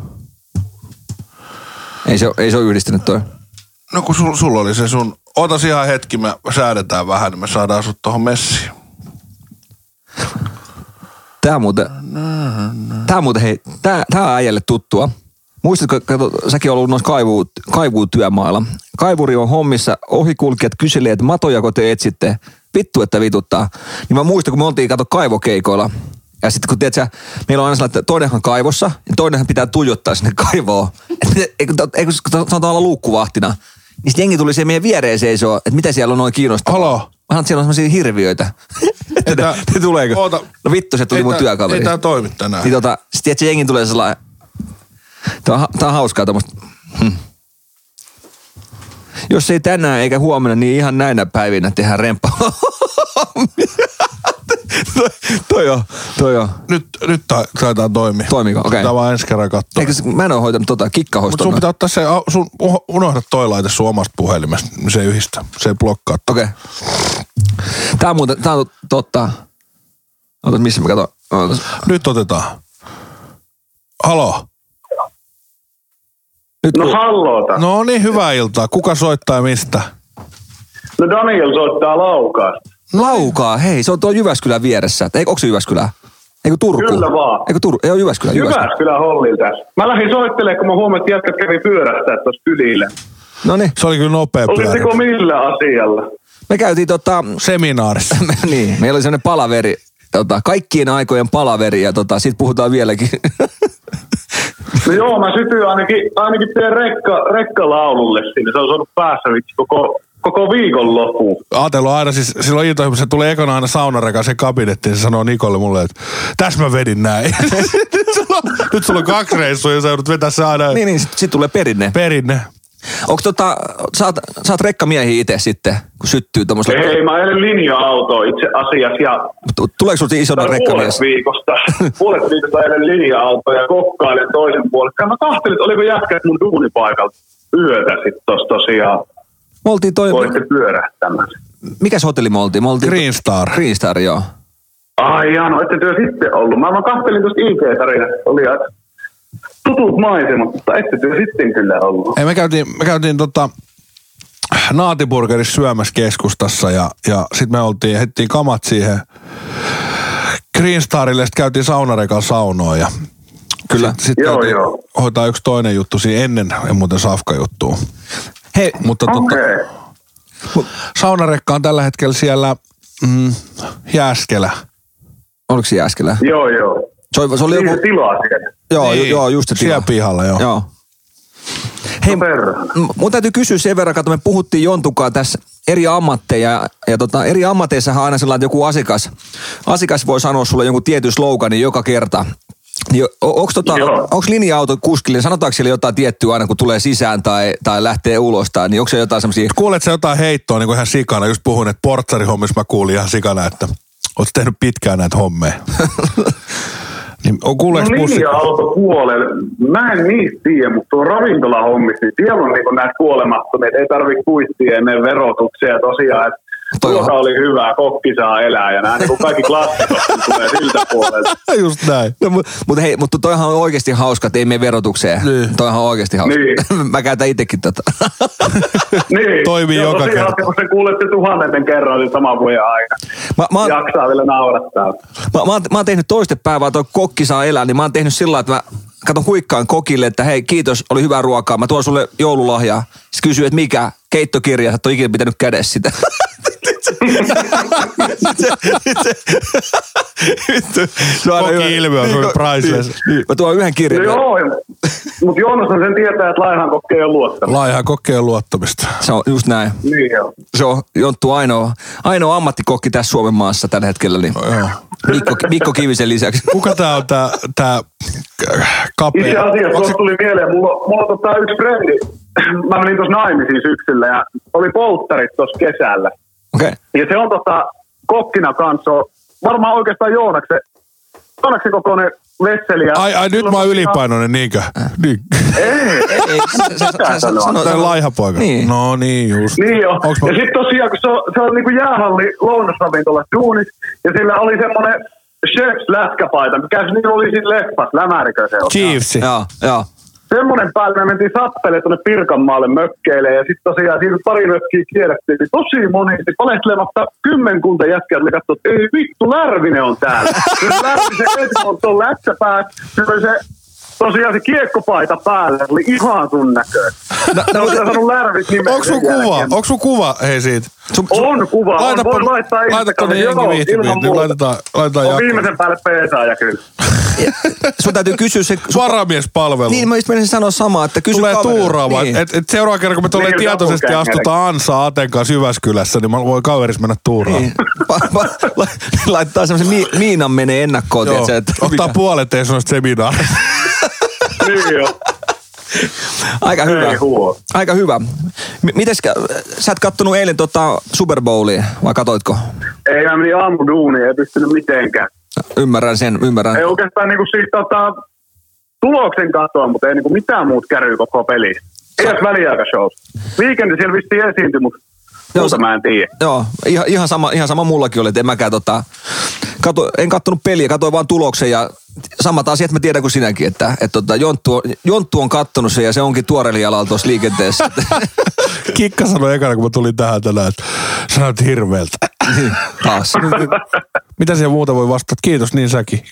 Ei se, ei se ole yhdistynyt toi. No kun sul, sulla oli se sun... Ootas ihan hetki, me säädetään vähän, niin me saadaan sut tohon messiin. Tää muuten... Tää muuten, hei, tää, tää on äijälle tuttua. Muistatko, kato, säkin on ollut noissa kaivu, kaivuutyömailla. Kaivuri on hommissa, ohikulkijat kyselee, että matojako te etsitte. Vittu, että vituttaa. Niin mä muistan, kun me oltiin kato kaivokeikoilla. Ja sitten kun tiedät sä, meillä on aina sellainen, että toinenhan kaivossa, ja toinenhan pitää tuijottaa sinne kaivoon. Eikö sanotaan olla luukkuvahtina. Niin sitten jengi tuli siihen meidän viereen seisoo, että mitä siellä on noin kiinnostavaa. Halo? Vähän siellä on sellaisia hirviöitä. Että ne tuleeko? Oota. No vittu, se tuli ei mun tää, työkaveri. Ei tää toimi tänään. Niin tota, sit tiedät, se jengi tulee sellainen, tää on, tää on hauskaa tommoista. Hm. Jos ei tänään eikä huomenna, niin ihan näinä päivinä tehdään remppa. toi, toi on, toi on. Nyt, nyt taitaa toimia. Toimiko? Okei. Okay. Tää vaan ensi kerran kattoo. Eikö mä en oo hoitanut tota kikkahostoa. Mut sun pitää ottaa se, sun unohda toi laite sun omasta puhelimesta. Se ei yhdistä. Se ei blokkaa. Okei. Okay. Tää on muuten, tää on totta. Otas, missä mä katon. Otas. Nyt otetaan. Halo. Nyt no hallota. No niin, hyvää iltaa. Kuka soittaa ja mistä? No Daniel soittaa Laukaasta. Laukaa, hei, se on tuo Jyväskylän vieressä. Eikö, onko se Jyväskylä? Eikö Turku? Kyllä vaan. Eikö Turku? Ei ole Jyväskylä. Jyväskylä, Jyväskylä hollilla tässä. Mä lähdin soittelemaan, kun mä huomasin, että jätkät kävi pyörästää tuossa kylillä. No niin. Se oli kyllä nopea pyörä. Olitteko millä asialla? Me käytiin tota... seminaarissa. Niin, meillä oli sellainen palaveri, tota, kaikkien aikojen palaveri ja tota, siitä puhutaan vieläkin. No joo, mä sytyin ainakin, ainakin teidän rekka, rekkalaululle sinne. Se on saanut päässä vitsi koko, koko viikon loppuun. Ajatellaan aina, siis silloin iltoihin, se tulee ekana aina saunarekaan sen kabinettiin, se sanoo Nikolle mulle, että tässä mä vedin näin. nyt, sulla on, nyt sulla on kaksi reissua ja sä joudut vetää se aina. Niin, niin sit, sit tulee perinne. Perinne. Onko tota, saat, saat rekkamiehiä itse sitten, kun syttyy tommosella... Ei, mä ajan linja-autoa itse asiassa ja... Tuleeko sulta isona rekkamies? Puolet viikosta. Puolet viikosta ajan linja-autoa ja kokkailen toisen puolesta. Mä kahtelin, että oliko jätkät mun duunipaikalla yötä sit tossa tosiaan. Me oltiin toi... Voitte pyörähtämään. Mikäs hotelli me oltiin? Me oltiin... Green Star. Green Star, joo. Ai jaa, no ette työ sitten ollut. Mä vaan kahtelin tuosta I G-tarinasta. Oli aika tutut maisemat, mutta ette työ sitten kyllä ollut. Ei, me käytiin, me käytiin tota Naatiburgerissa syömässä keskustassa ja, ja sit me oltiin, hettiin kamat siihen Green Starille, sit käytiin saunarekan saunoon ja kyllä. Sit, sit joo, käytiin joo. hoitaa yksi toinen juttu siinä ennen, en muuten safka-juttua. Hei, mutta okay. tota, saunarekka on tällä hetkellä siellä mm, Jääskelä. Oliko se Jääskelä? Joo, joo. Se oli, se oli joku... tilaa siellä. Joo, niin, joo, just se tila. Siellä pihalla, joo. joo. Hei, no mun täytyy kysyä sen verran, että me puhuttiin Jontukaan tässä eri ammatteja. Ja tota, eri ammateissahan aina sellainen, että joku asiakas, asiakas voi sanoa sulle jonkun tietyn sloganin joka kerta. Niin, onko tota, linja-auto kuskille, sanotaanko siellä jotain tiettyä aina, kun tulee sisään tai, tai lähtee ulos, tai, niin onko se jotain semmoisia... Kuuletko sä jotain heittoa niin kuin ihan sikana? Just puhun, että portsarihommissa mä kuulin ihan sikana, että oot tehnyt pitkään näitä hommeja. Niin, on kuuleeko no linja-autopuolelle, mä en niistä tiedä, mutta tuo ravintolahommissa, niin siellä on niin näitä kuolemattomia, että ei tarvitse kuittia ennen verotuksia tosiaan, että tuota oli hyvä, kokki saa elää ja nämä niin kaikki klassikot tulee siltä puolelta. Just näin. No, mutta mut hei, mutta toihan on oikeasti hauska, että ei mene verotukseen. Niin. Toihan on oikeasti hauska. Niin. Mä käytän itsekin tätä. Niin. Toimii joo, joka kerta. Kun se kuulette tuhannetten kerran niin saman vuoden aika. Mä, mä, Jaksaa vielä naurattaa. Mä, mä, oon, mä oon tehnyt toistepäin, vaan toi kokki saa elää, niin mä oon tehnyt sillä että mä katon huikkaan kokille, että hei kiitos, oli hyvää ruokaa, mä tuon sulle joululahjaa. Sitten kysyy, että mikä? Keittokirja, sä et ole ikinä pitänyt kädessä sitä. Koki-ilme on sulle priceless. Mä tuon yhden kirjan. No joo, mutta Joonas sen tietää, että laihan kokki ei ole luottamista. Laihan kokki ei ole luottamista. Se on just näin. Niin joo. Se on Jonttu ainoa, ainoa ammattikokki tässä Suomen maassa tällä hetkellä. Niin no, joo. Mikko, Mikko Kivisen lisäksi. Kuka tää on tää, tää kapea? Itse asiassa tuossa tuli mieleen, mulla, mulla on tota yksi frendi. Mä menin tuossa naimisiin syksyllä ja oli polttarit tuossa kesällä. Okay. Ja se on tota kokkina kanssa, varmaan oikeastaan Joonaksen, Joonaksen kokoinen vesseli. Ai, ai nyt mä oon ylipainoinen, niinkö? Niin. Ei, ei, ei. Tää laihapoika. Niin. No niin, just. Niin joo. Ja sit tosiaan, kun se on, se on niinku jäähalli lounasravintola duunis, ja sillä oli semmonen chefs lätkäpaita, mikä se niin oli siinä leffas, lämärikö se on. Chiefs. Joo, joo. Semmoinen päälle me mentiin sappeleen tuonne Pirkanmaalle mökkeille ja sitten tosiaan siinä pari mökkiä kierrettiin. Niin tosi moni, niin palehtelematta kymmenkunta jätkää, että katsoi, että ei vittu, Lärvinen on täällä. Se Lärvisen Edmond on lätsäpää, se oli se tosiaan se kiekkopaita päällä, se oli ihan sun näköön. No, no, no, sanonut Lärvit nimen. Onko sun kuva? Onko sun kuva, hei siitä? Sun, on kuva, laitapa, on, voi laittaa laita tonne jengi viihtymiin, niin laitetaan, laitetaan jakoon. On viimeisen päälle peesaaja kyllä. Sun täytyy kysyä se... Varamiespalvelu. Niin, mä just menisin sanoa samaa, että kysy tulee kaverilta. tuuraamaan. Niin. Et, et seuraava kerran, kun me tolleen niin, tietoisesti astutaan Ansaa Aten kanssa Jyväskylässä, niin mä voin kaveris mennä tuuraamaan. Niin. Laittaa semmoisen mi- miinan menee ennakkoon. Joo, tiedätkö, että ottaa mikä? puolet ei sellaista seminaarista. Niin joo. Aika hyvä. Aika hyvä. M- mites, sä et kattonut eilen tota Super Bowlia, vai katoitko? Ei, mä menin aamuduuniin, ei pystynyt mitenkään. Ymmärrän sen, ymmärrän. Ei oikeastaan niinku siitä tota, tuloksen katsoa, mutta ei niinku mitään muut käryy koko pelissä. Ei edes väliaikashows. Weekendi siellä vissiin esiintyi, mutta muuta mä en tiedä. Joo, ihan, ihan, sama, ihan sama mullakin oli, että en mäkään tota, kato, en kattonut peliä, katsoin vaan tuloksen ja samat asiat mä tiedän kuin sinäkin, että et, tota, Jonttu, Jonttu on kattonut sen ja se onkin tuoreella jalalla tuossa liikenteessä. Kikka sanoi ekana, kun mä tulin tähän tänään, että sä näyt hirveältä. Niin, taas. Mitä siellä muuta voi vastata? Kiitos, niin säkin.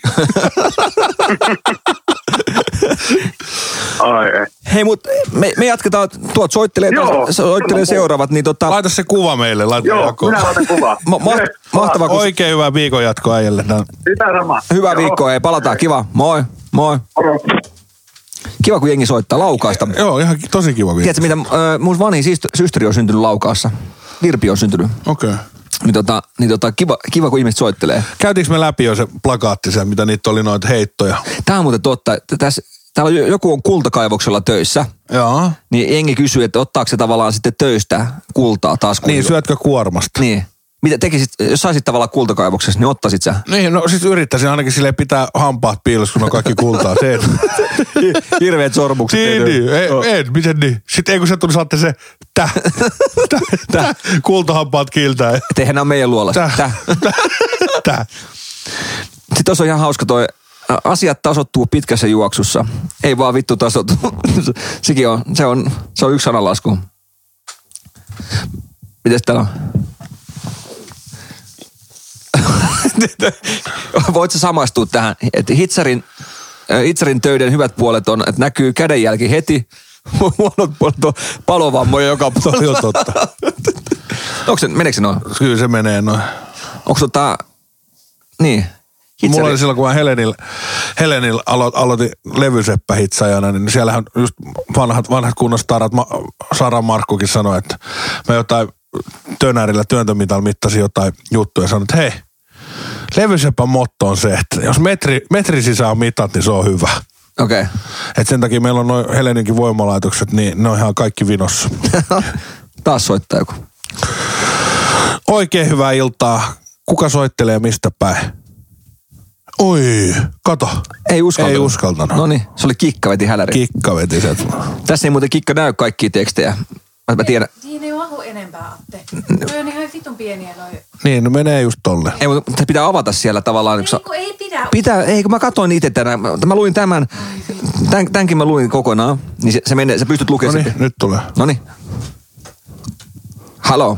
Ai ei. Hei, mut me, me jatketaan, tuot soittelee, Joo, soittelee seuraavat, niin tota... Laita se kuva meille, laita Joo, jakoon. minä laitan kuvaa. Ma- ma- mahtavaa, kun... Oikein hyvää viikon jatkoa äijälle. Sitä sama. Hyvää viikkoa, ei palataan, kiva, moi, moi. Kiva, kun jengi soittaa Laukaasta. Joo, ihan tosi kiva viikko. Tiedätkö, mitä äh, mun vanhin systeri on syntynyt Laukaassa. Virpi on syntynyt. Okei. Okay. Niin tota, niin tota kiva, kiva, kun ihmiset soittelee. Käytiinkö me läpi jo se plakaatti sen, mitä niitä oli noita heittoja? Tää on muuten totta. Tässä, täällä on joku on kultakaivoksella töissä. Joo. Niin jengi kysyy, että ottaako se tavallaan sitten töistä kultaa taas. Niin, syötkö kuormasta? Niin. Mitä tekisit, jos saisit tavallaan kultakaivoksessa, niin ottaisit sä? Niin, no siis yrittäisin ainakin silleen pitää hampaat piilossa, kun on kaikki kultaa. Teen. Hirveät sormukset. Niin, niin. Ei, oh. ei, miten niin? Sitten ei kun se tuli, saatte se täh, täh, täh, kultahampaat kiiltää. Et eihän nämä meidän luolassa. Täh, täh, täh. Sitten tuossa on ihan hauska toi, asiat tasoittuu pitkässä juoksussa. Ei vaan vittu tasoitu. Sekin on, se on, se on yksi sanalasku. Mites täällä on? Voit sä samaistua tähän, että hitsarin, hitsarin töiden hyvät puolet on, että näkyy kädenjälki heti, huonot puolet on palovammoja joka puolella. Se on totta. Onko se, meneekö se noin? Kyllä se menee noin. Onko tota, niin. Hitsari. Mulla oli silloin, kun mä Helenillä, Helenillä alo, aloitin levyseppähitsajana, niin siellähän just vanhat, vanhat kunnostarat, Sara Markkukin sanoi, että mä jotain tönärillä työntömitalla mittasin jotain juttuja ja sanoin, että hei, levyseppän motto on se, että jos metri, metri sisään mitat, niin se on hyvä. Okei. Okay. Että sen takia meillä on noin Heleninkin voimalaitokset, niin ne on ihan kaikki vinossa. Taas soittaa joku. Oikein hyvää iltaa. Kuka soittelee mistä päin? Oi, kato. Ei uskaltanut. Ei uskaltanut. No niin, se oli Kikka veti häläri. Kikka veti sieltä. Tässä ei muuten Kikka näy kaikkia tekstejä. Mä, mä tiedän. Siinä ei mahu enempää, Atte. Toi on ihan vitun pieniä noi. Niin, no menee just tolle. Ei, mutta pitää avata siellä tavallaan. Ei, kun ei pidä. Pitää, ei kun mä katsoin itse tänään. Mä luin tämän, tämän tämänkin mä luin kokonaan. Niin se, se menee, sä pystyt lukemaan. Noniin, nyt tulee. Noniin. Halo.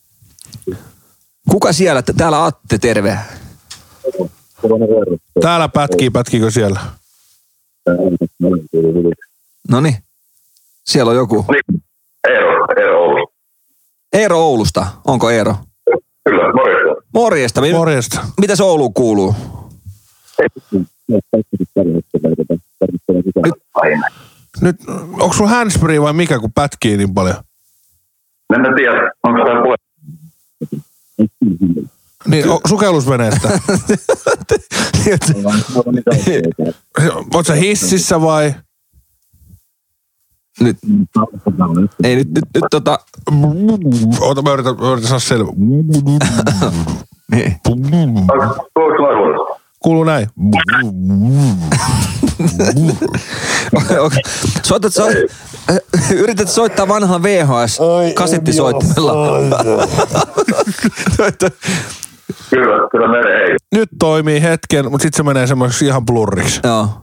Kuka siellä? Täällä Atte, terve. Täällä pätkii, pätkikö siellä? No niin. Siellä on joku. Niin. Eero, Eero Oulusta. Eero Oulusta. Onko Eero? Kyllä, morjesta. Morjesta. Morjesta. Mitäs Ouluun kuuluu? Nyt, Nyt, onko sulla handsfree vai mikä, kun pätkii niin paljon? en mä tiedä, onko tämä puhe? Niin, o, sukellusveneestä. Oot sä hississä vai? Nyt. Ei, nyt, nyt, nyt tota... Oota, mä yritän, mä yritän saada selvä. Niin. Kuuluuko laivuudesta? Kuuluu näin. Soitat, so, yrität soittaa vanhaa V H S-kassettisoittimella. Kyllä, kyllä menee ei. Nyt toimii hetken, mutta sitten se menee semmoiseksi ihan blurriksi. Joo.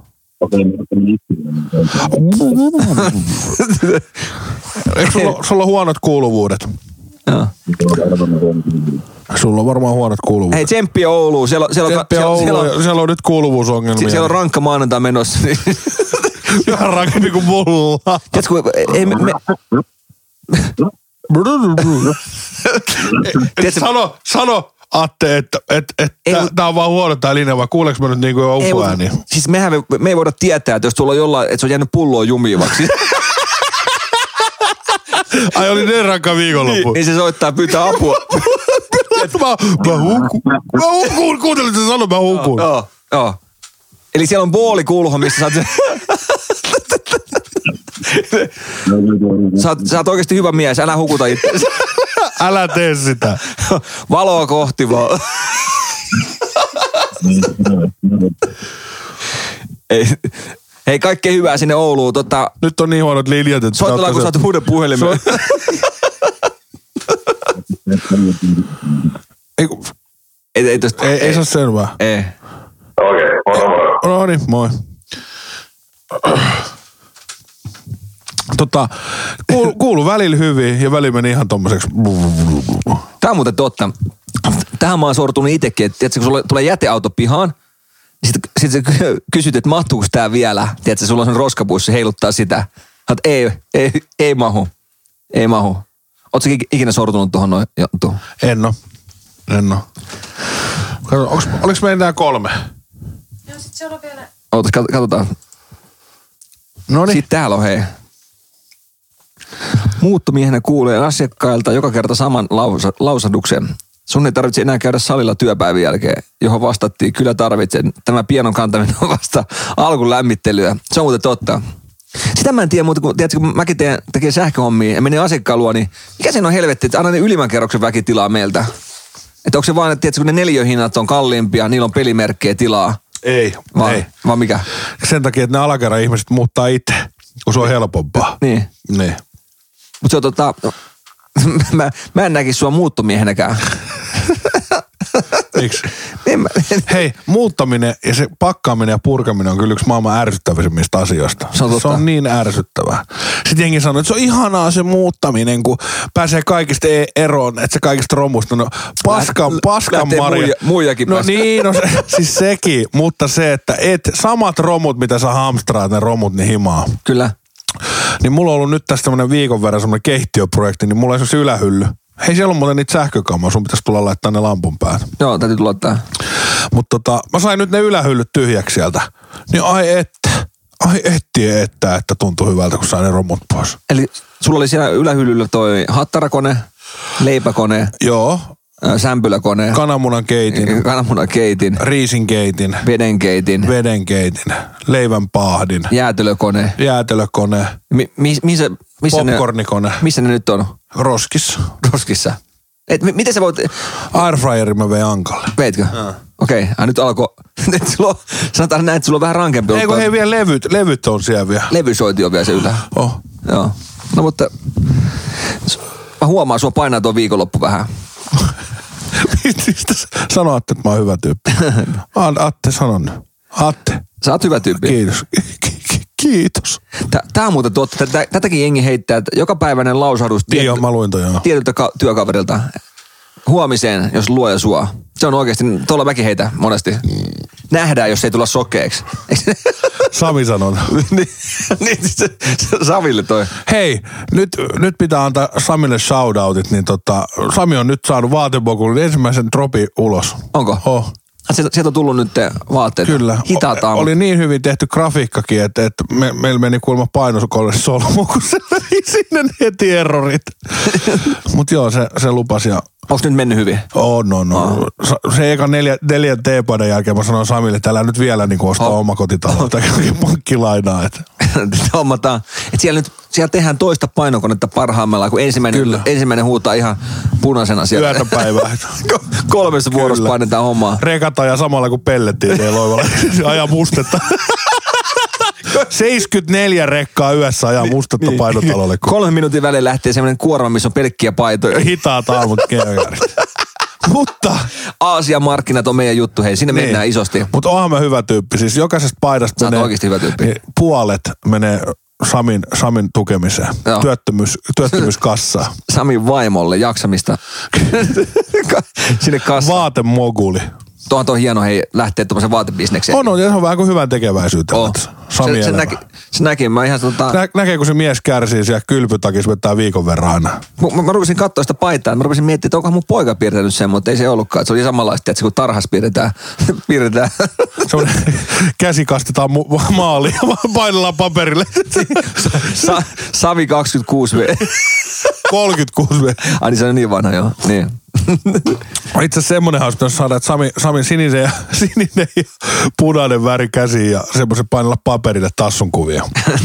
Eikö sulla, sulla on huonot kuuluvuudet? Joo. Sulla on varmaan huonot kuuluvuudet. Hei, tsemppiä Ouluun. Siellä, siellä, Tsemppiä siellä, Ouluun. siellä, on, siellä on nyt kuuluvuusongelmia. siellä on rankka maanantai menossa. Niin. Ihan rankempi kuin mulla. Tiedätkö, ei me... me sano, sano Atte, että et, et, tää on vaan huono tää linja, vai kuuleeko mä nyt niinku jo ufoääniä? Siis mehän me, me ei voida tietää, että jos tuolla on jollain, että se on jäänyt pulloon jumivaksi. Ai oli niin rankka viikonloppu. Niin, niin se soittaa pyytää apua. mä, mä hukun. Mä hukun. Kuuntelin, että se sanoi, mä hukun. Joo, joo. Eli siellä on boolikulho, missä sä oot... sä, oot, sä oot oikeesti hyvä mies, älä hukuta itseäsi. Älä tee sitä. Valoa kohti vaan. Ei, hei, kaikkea hyvää sinne Ouluun. Tota, nyt on niin huonot linjat, että... soitellaan, kun saat uuden puhelimen. So... ei, ei, ei, tosta, ei, ei, ei se ole selvää. Ei. Okei, okay, moro moro. No niin, moi. Tota, kuulu, kuulu välillä hyvin ja väli meni ihan tommoseksi. Tää on muuten totta. Tähän mä oon sortunut itekin, että tiedätkö, kun sulla tulee jäteauto pihaan, niin sit, sit sä kysyt, että mahtuuko tää vielä. Tiedätkö, sulla on sen roskapussi, heiluttaa sitä. Oot, ei, ei, ei mahu. Ei mahu. Ootko ikinä sortunut tuohon noin juttuun? En oo. En oo. Onks, oliks meillä enää kolme? Joo, sit se on vielä... Ootas, katsotaan. Noniin. Sitten täällä on hei. Muuttomiehenä kuulee asiakkailta joka kerta saman lausa, lausaduksen. Sun ei tarvitse enää käydä salilla työpäivän jälkeen, johon vastattiin, kyllä tarvitsen. Tämä pienon kantaminen on vasta alkun lämmittelyä. Se on muuten totta. Sitä mä en tiedä muuta, kun, tiedätkö, kun mäkin teen, tekee sähköhommia ja menee asiakkaan luo, niin mikä siinä on helvetti, että aina ne ylimmän kerroksen väki tilaa meiltä. Että onko se vaan, että tiedätkö, kun ne neliöhinnat on kalliimpia, niillä on pelimerkkejä tilaa. Ei, vaan, ei. Vaan mikä? Sen takia, että ne alakerran ihmiset muuttaa itse, kun se on helpompaa. Niin. Niin. Mutta se on tota, mä, mä en näkisi sua muuttomiehenäkään. Miksi? En mä, en. Hei, muuttaminen ja se pakkaaminen ja purkaminen on kyllä yksi maailman ärsyttävimmistä asioista. Se on, se on niin ärsyttävää. Sitten jengi sanoo, että se on ihanaa se muuttaminen, kun pääsee kaikista eroon, että se kaikista romusta. No paskan, paskan marja. Muija, muijakin no päästä. niin, no se, siis sekin, mutta se, että et samat romut, mitä sä hamstraat, ne romut, niin himaa. Kyllä. Niin mulla on ollut nyt tästä tämmönen viikon verran semmoinen keittiöprojekti, niin mulla on esimerkiksi ylähylly. Hei, siellä on muuten niitä sähkökamoja, sun pitäisi tulla laittaa ne lampun päät. Joo, täytyy tulla tää. Mutta tota, mä sain nyt ne ylähyllyt tyhjäksi sieltä. Niin ai että, ai etti että, että tuntui hyvältä, kun sain ne romut pois. Eli sulla oli siellä ylähyllyllä toi hattarakone, leipäkone, Joo. sämpyläkone, kananmunan keitin, kananmunan keitin, riisin keitin, veden keitin, veden keitin, leivän paahdin, jäätelökone, jäätelökone, mi, mi, missä, missä, popcornikone, ne, missä ne nyt on? roskissa. Roskissa. Et m- miten sä voit... Airfryerin mä vein ankalle. Veitkö? Okei, okay. Nyt alkoi... Sanotaan näin, että sulla on vähän rankempi. Ei kun hei vielä levyt, levyt on siellä vielä. Levysointi on vielä se ylä. Oh. Joo. No mutta... Mä huomaan, sua painaa tuo viikonloppu vähän. Mistä sano Atte, että mä oon hyvä tyyppi? Atte, sano nyt. Atte. Sä oot hyvä tyyppi. Kiitos. Kiitos. Tää on muuten totta. Tätäkin jengi heittää, että jokapäiväinen lausahdus tiety, joo, mä luin toi, joo. tietyltä ka- työkaverilta huomiseen, jos luoja sua. Se on oikeasti, tuolla mäkin heitä monesti. nähdään, jos ei tulla sokeeksi. Sami sanon. niin, niin se, se Samille toi. Hei, nyt, nyt pitää antaa Samille shoutoutit, niin tota, Sami on nyt saanut vaatebokulun ensimmäisen dropi ulos. Onko? Oh. Sieltä on tullut nyt vaatteet. Kyllä. Hitaat aamut. Oli niin hyvin tehty grafiikkakin, että, että me, meillä meni kuulemma painoskolle solmu, kun se meni sinne heti errorit. Mutta joo, se, se lupasi. Ja... Onko nyt mennyt hyvin? On, on, on. Se eka neljä, neljän teepaiden jälkeen mä sanoin Samille, että älä nyt vielä niin ostaa oh. omakotitaloa tai pankkilainaa. Että hommataan. Että siellä nyt siellä tehdään toista painokonetta parhaimmillaan, kun ensimmäinen, ensimmäinen huutaa ihan punaisena siellä. Yötä päivää. Kolmessa vuorossa Kyllä. painetaan hommaa. Rekata ja samalla kuin pellettiin ei loivalla. Ajaa mustetta. seitsemänkymmentäneljä rekkaa yössä ajaa mustetta niin, painotalolle. Kun... Kolmen minuutin välein lähtee semmoinen kuorma, missä on pelkkiä paitoja. Hitaat aamut keujarit. Mutta... Aasian markkinat on meidän juttu, hei, sinne niin. mennään isosti. Mutta onhan mä hyvä tyyppi. Siis jokaisesta paidasta menee... oikeasti hyvä tyyppi. Niin puolet menee Samin, Samin tukemiseen. Työttömyys, työttömyyskassaan. Samin vaimolle jaksamista. Sinne kassaan. Vaatemoguli. Tuohan on hieno, hei, lähtee tuommoisen vaatebisnekseen. On, on, ja se on vähän kuin hyvän tekeväisyyttä. Oh. Sami se, se, näki, se näki, mä ihan tota... Nä, näkee, kun se mies kärsii siellä kylpytakissa, vetää viikon verran aina. Mä, mä rupesin katsoa sitä paitaa, mä rupesin miettimään, että onkohan mun poika piirtänyt sen, mutta ei se ollutkaan. Se oli samanlaista, että kun tarhas piirretään. piirretään. Käsi kastetaan mu- maaliin ja painellaan paperille. Sa, Sami kaksikymmentäkuusi vuotta. kolmekymmentäkuusi vuotta. Ai niin se on niin vanha, joo. Niin. Itse asiassa semmoinen hauska, jos saada, että Sami, Samin sininen ja, sininen ja punainen väri käsiin ja semmoisen painella paperille tassun kuvia.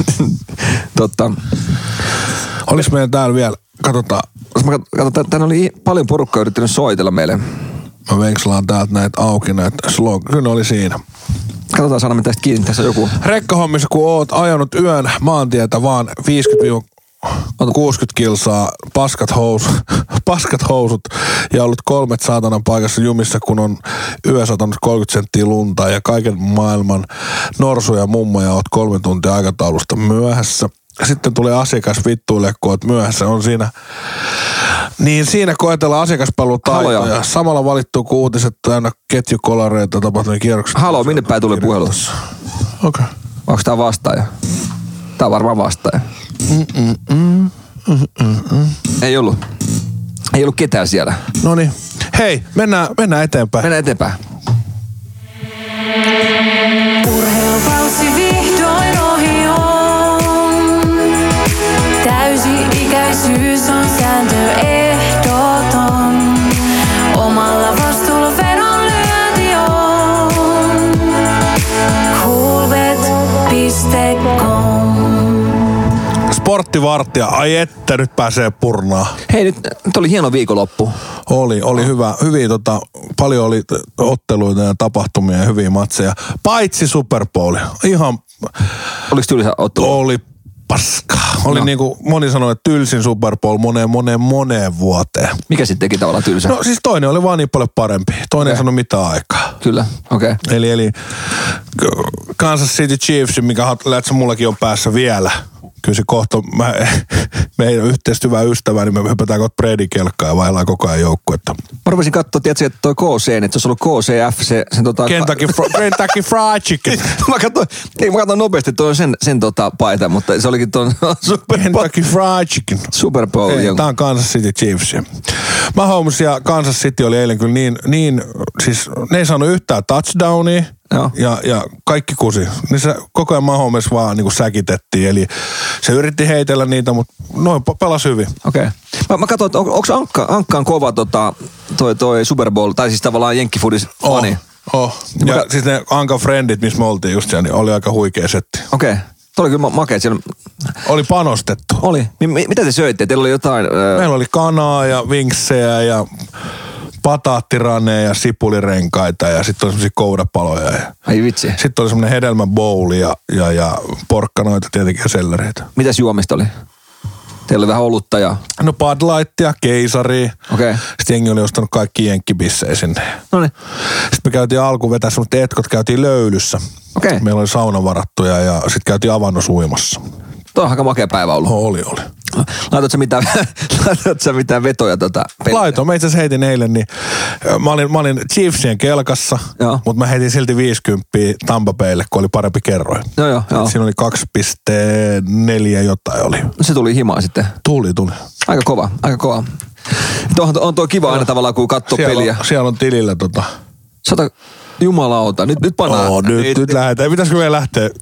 Totta. Olis meillä täällä vielä, katsotaan. Katsotaan, täällä oli paljon porukkaa yrittänyt soitella meille. Mä venkslaan täältä näitä auki, näitä slog. Kyllä oli siinä. Katsotaan, saadaan me tästä kiinni. Tässä on joku. Rekkahommissa, kun oot ajanut yön maantietä vaan viisikymmentä kuusikymmentä kilsaa, paskat housut, paskat housut ja ollut kolmet saatanan paikassa jumissa, kun on yö satanut kolmekymmentä senttiä lunta ja kaiken maailman norsuja mummoja oot kolme tuntia aikataulusta myöhässä. Sitten tulee asiakas vittuille, kun oot myöhässä, on siinä. Niin siinä koetellaan asiakaspalvelutaitoja. Samalla valittuu, kun uutiset täynnä ketjukolareita tapahtuneen kierrokset. Halo, minne päin tuli puhelu? Okei. Okay. Onko tää vastaaja? Tää on varmaan vastaaja. Mm-mm, mm, mm, mm. Ei ollut. Ei ollut ketään siellä. Noniin. Hei, mennään, mennään eteenpäin. Mennään eteenpäin. Urheilukausi vihdoin ohi on. Täysi-ikäisyys on sääntö ehdoton. Omalla vastuulla vedonlyönti on. coolbet piste com Sporttivartija, ai että nyt pääsee purnaa. Hei, nyt, nyt oli hieno viikonloppu. Oli, oli hyvä. Hyviä, tota, paljon oli otteluita ja tapahtumia ja hyviä matseja. Paitsi Super Bowl. Ihan... Oliko tylsä ottelu? Oli paskaa. Oli no. Niin kuin moni sanoi, että tylsin Super Bowl moneen, moneen, moneen vuoteen. Mikä sitten teki tavallaan tylsä? No siis toinen oli vaan niin paljon parempi. Toinen okay. ei sanonut mitään aikaa. Kyllä, okei. Okay. Eli, eli Kansas City Chiefs, mikä lähtsä mullakin on päässä vielä. Kyllä se kohta, mä, meidän yhteistä hyvää ystävää, niin me hypätään kohta Brady-kelkkaa ja vaihdellaan koko ajan joukkuetta. Mä rupesin katsoa, tiedätkö, että toi K C, että se olisi ollut K C F, se, sen tota... Kentucky, fr- Kentucky Fried Chicken. mä katsoin, ei, mä katsoin nopeasti, että toi on sen, sen tota paita, mutta se olikin ton Super Bowl. Kentucky Fried Chicken. Super Bowl. Ei, tää on Kansas City Chiefs. Mahomes ja Kansas City oli eilen kyllä niin, niin siis ne ei saanut yhtään touchdownia. Ja, ja kaikki kusi. Niin se koko ajan Mahomes vaan niin kuin säkitettiin. Eli se yritti heitellä niitä, mutta noin pelasi hyvin. Okei. Okay. Mä, mä katsoin, että on, onko Ankka, Ankkaan kova tota, toi, toi Super Bowl, tai siis tavallaan jenkkifudis fani? Oh, oh. Ja mä, siis ne Ankan friendit, missä me oltiin just siellä, niin oli aika huikea setti. Okei. Okay. Tuo oli kyllä makea siellä. Oli panostettu. Oli. M- mitä te söitte? Teillä oli jotain... Öö... Meillä oli kanaa ja vinksejä ja... pataattiranneja ja sipulirenkaita ja sitten oli semmosia koudapaloja. Ja ai vitsi. Sitten oli semmoinen hedelmäbouli ja, ja, ja porkkanoita tietenkin ja sellereitä. Mitäs juomista oli? Teillä oli vähän olutta ja... No Bud Lightia, keisaria. Okei. Okay. Sitten jengi oli ostanut kaikki jenkkibissejä sinne. Noniin. Sitten me käytiin alkuun vetää semmoiset etkot, käytiin löylyssä. Okei. Okay. Meillä oli sauna varattuja ja sitten käytiin avannosuimassa. Tuo on aika makea päivä ollut. Oli, oli. Laitatko sä mitään, laitatko sä mitään vetoja tota peliä? Laitoin. Mä itse asiassa heitin eilen, niin mä olin, mä olin Chiefsien kelkassa, mutta mä heitin silti viisikymmentä Tampa Baylle, kun oli parempi kerroin. Joo, joo, joo. Siinä oli kaksi pilkku neljä jotain oli. Se tuli himaa sitten. Tuli, tuli. Aika kova, aika kova. Tuohon on tuo kiva aina tavallaan, kun katsoo siellä peliä. On, siellä on tilillä tota... Sata, jumalauta, nyt, nyt pannaan. Oo, nyt, nyt, nyt lähdetään. Pitäisikö meidän lähteä?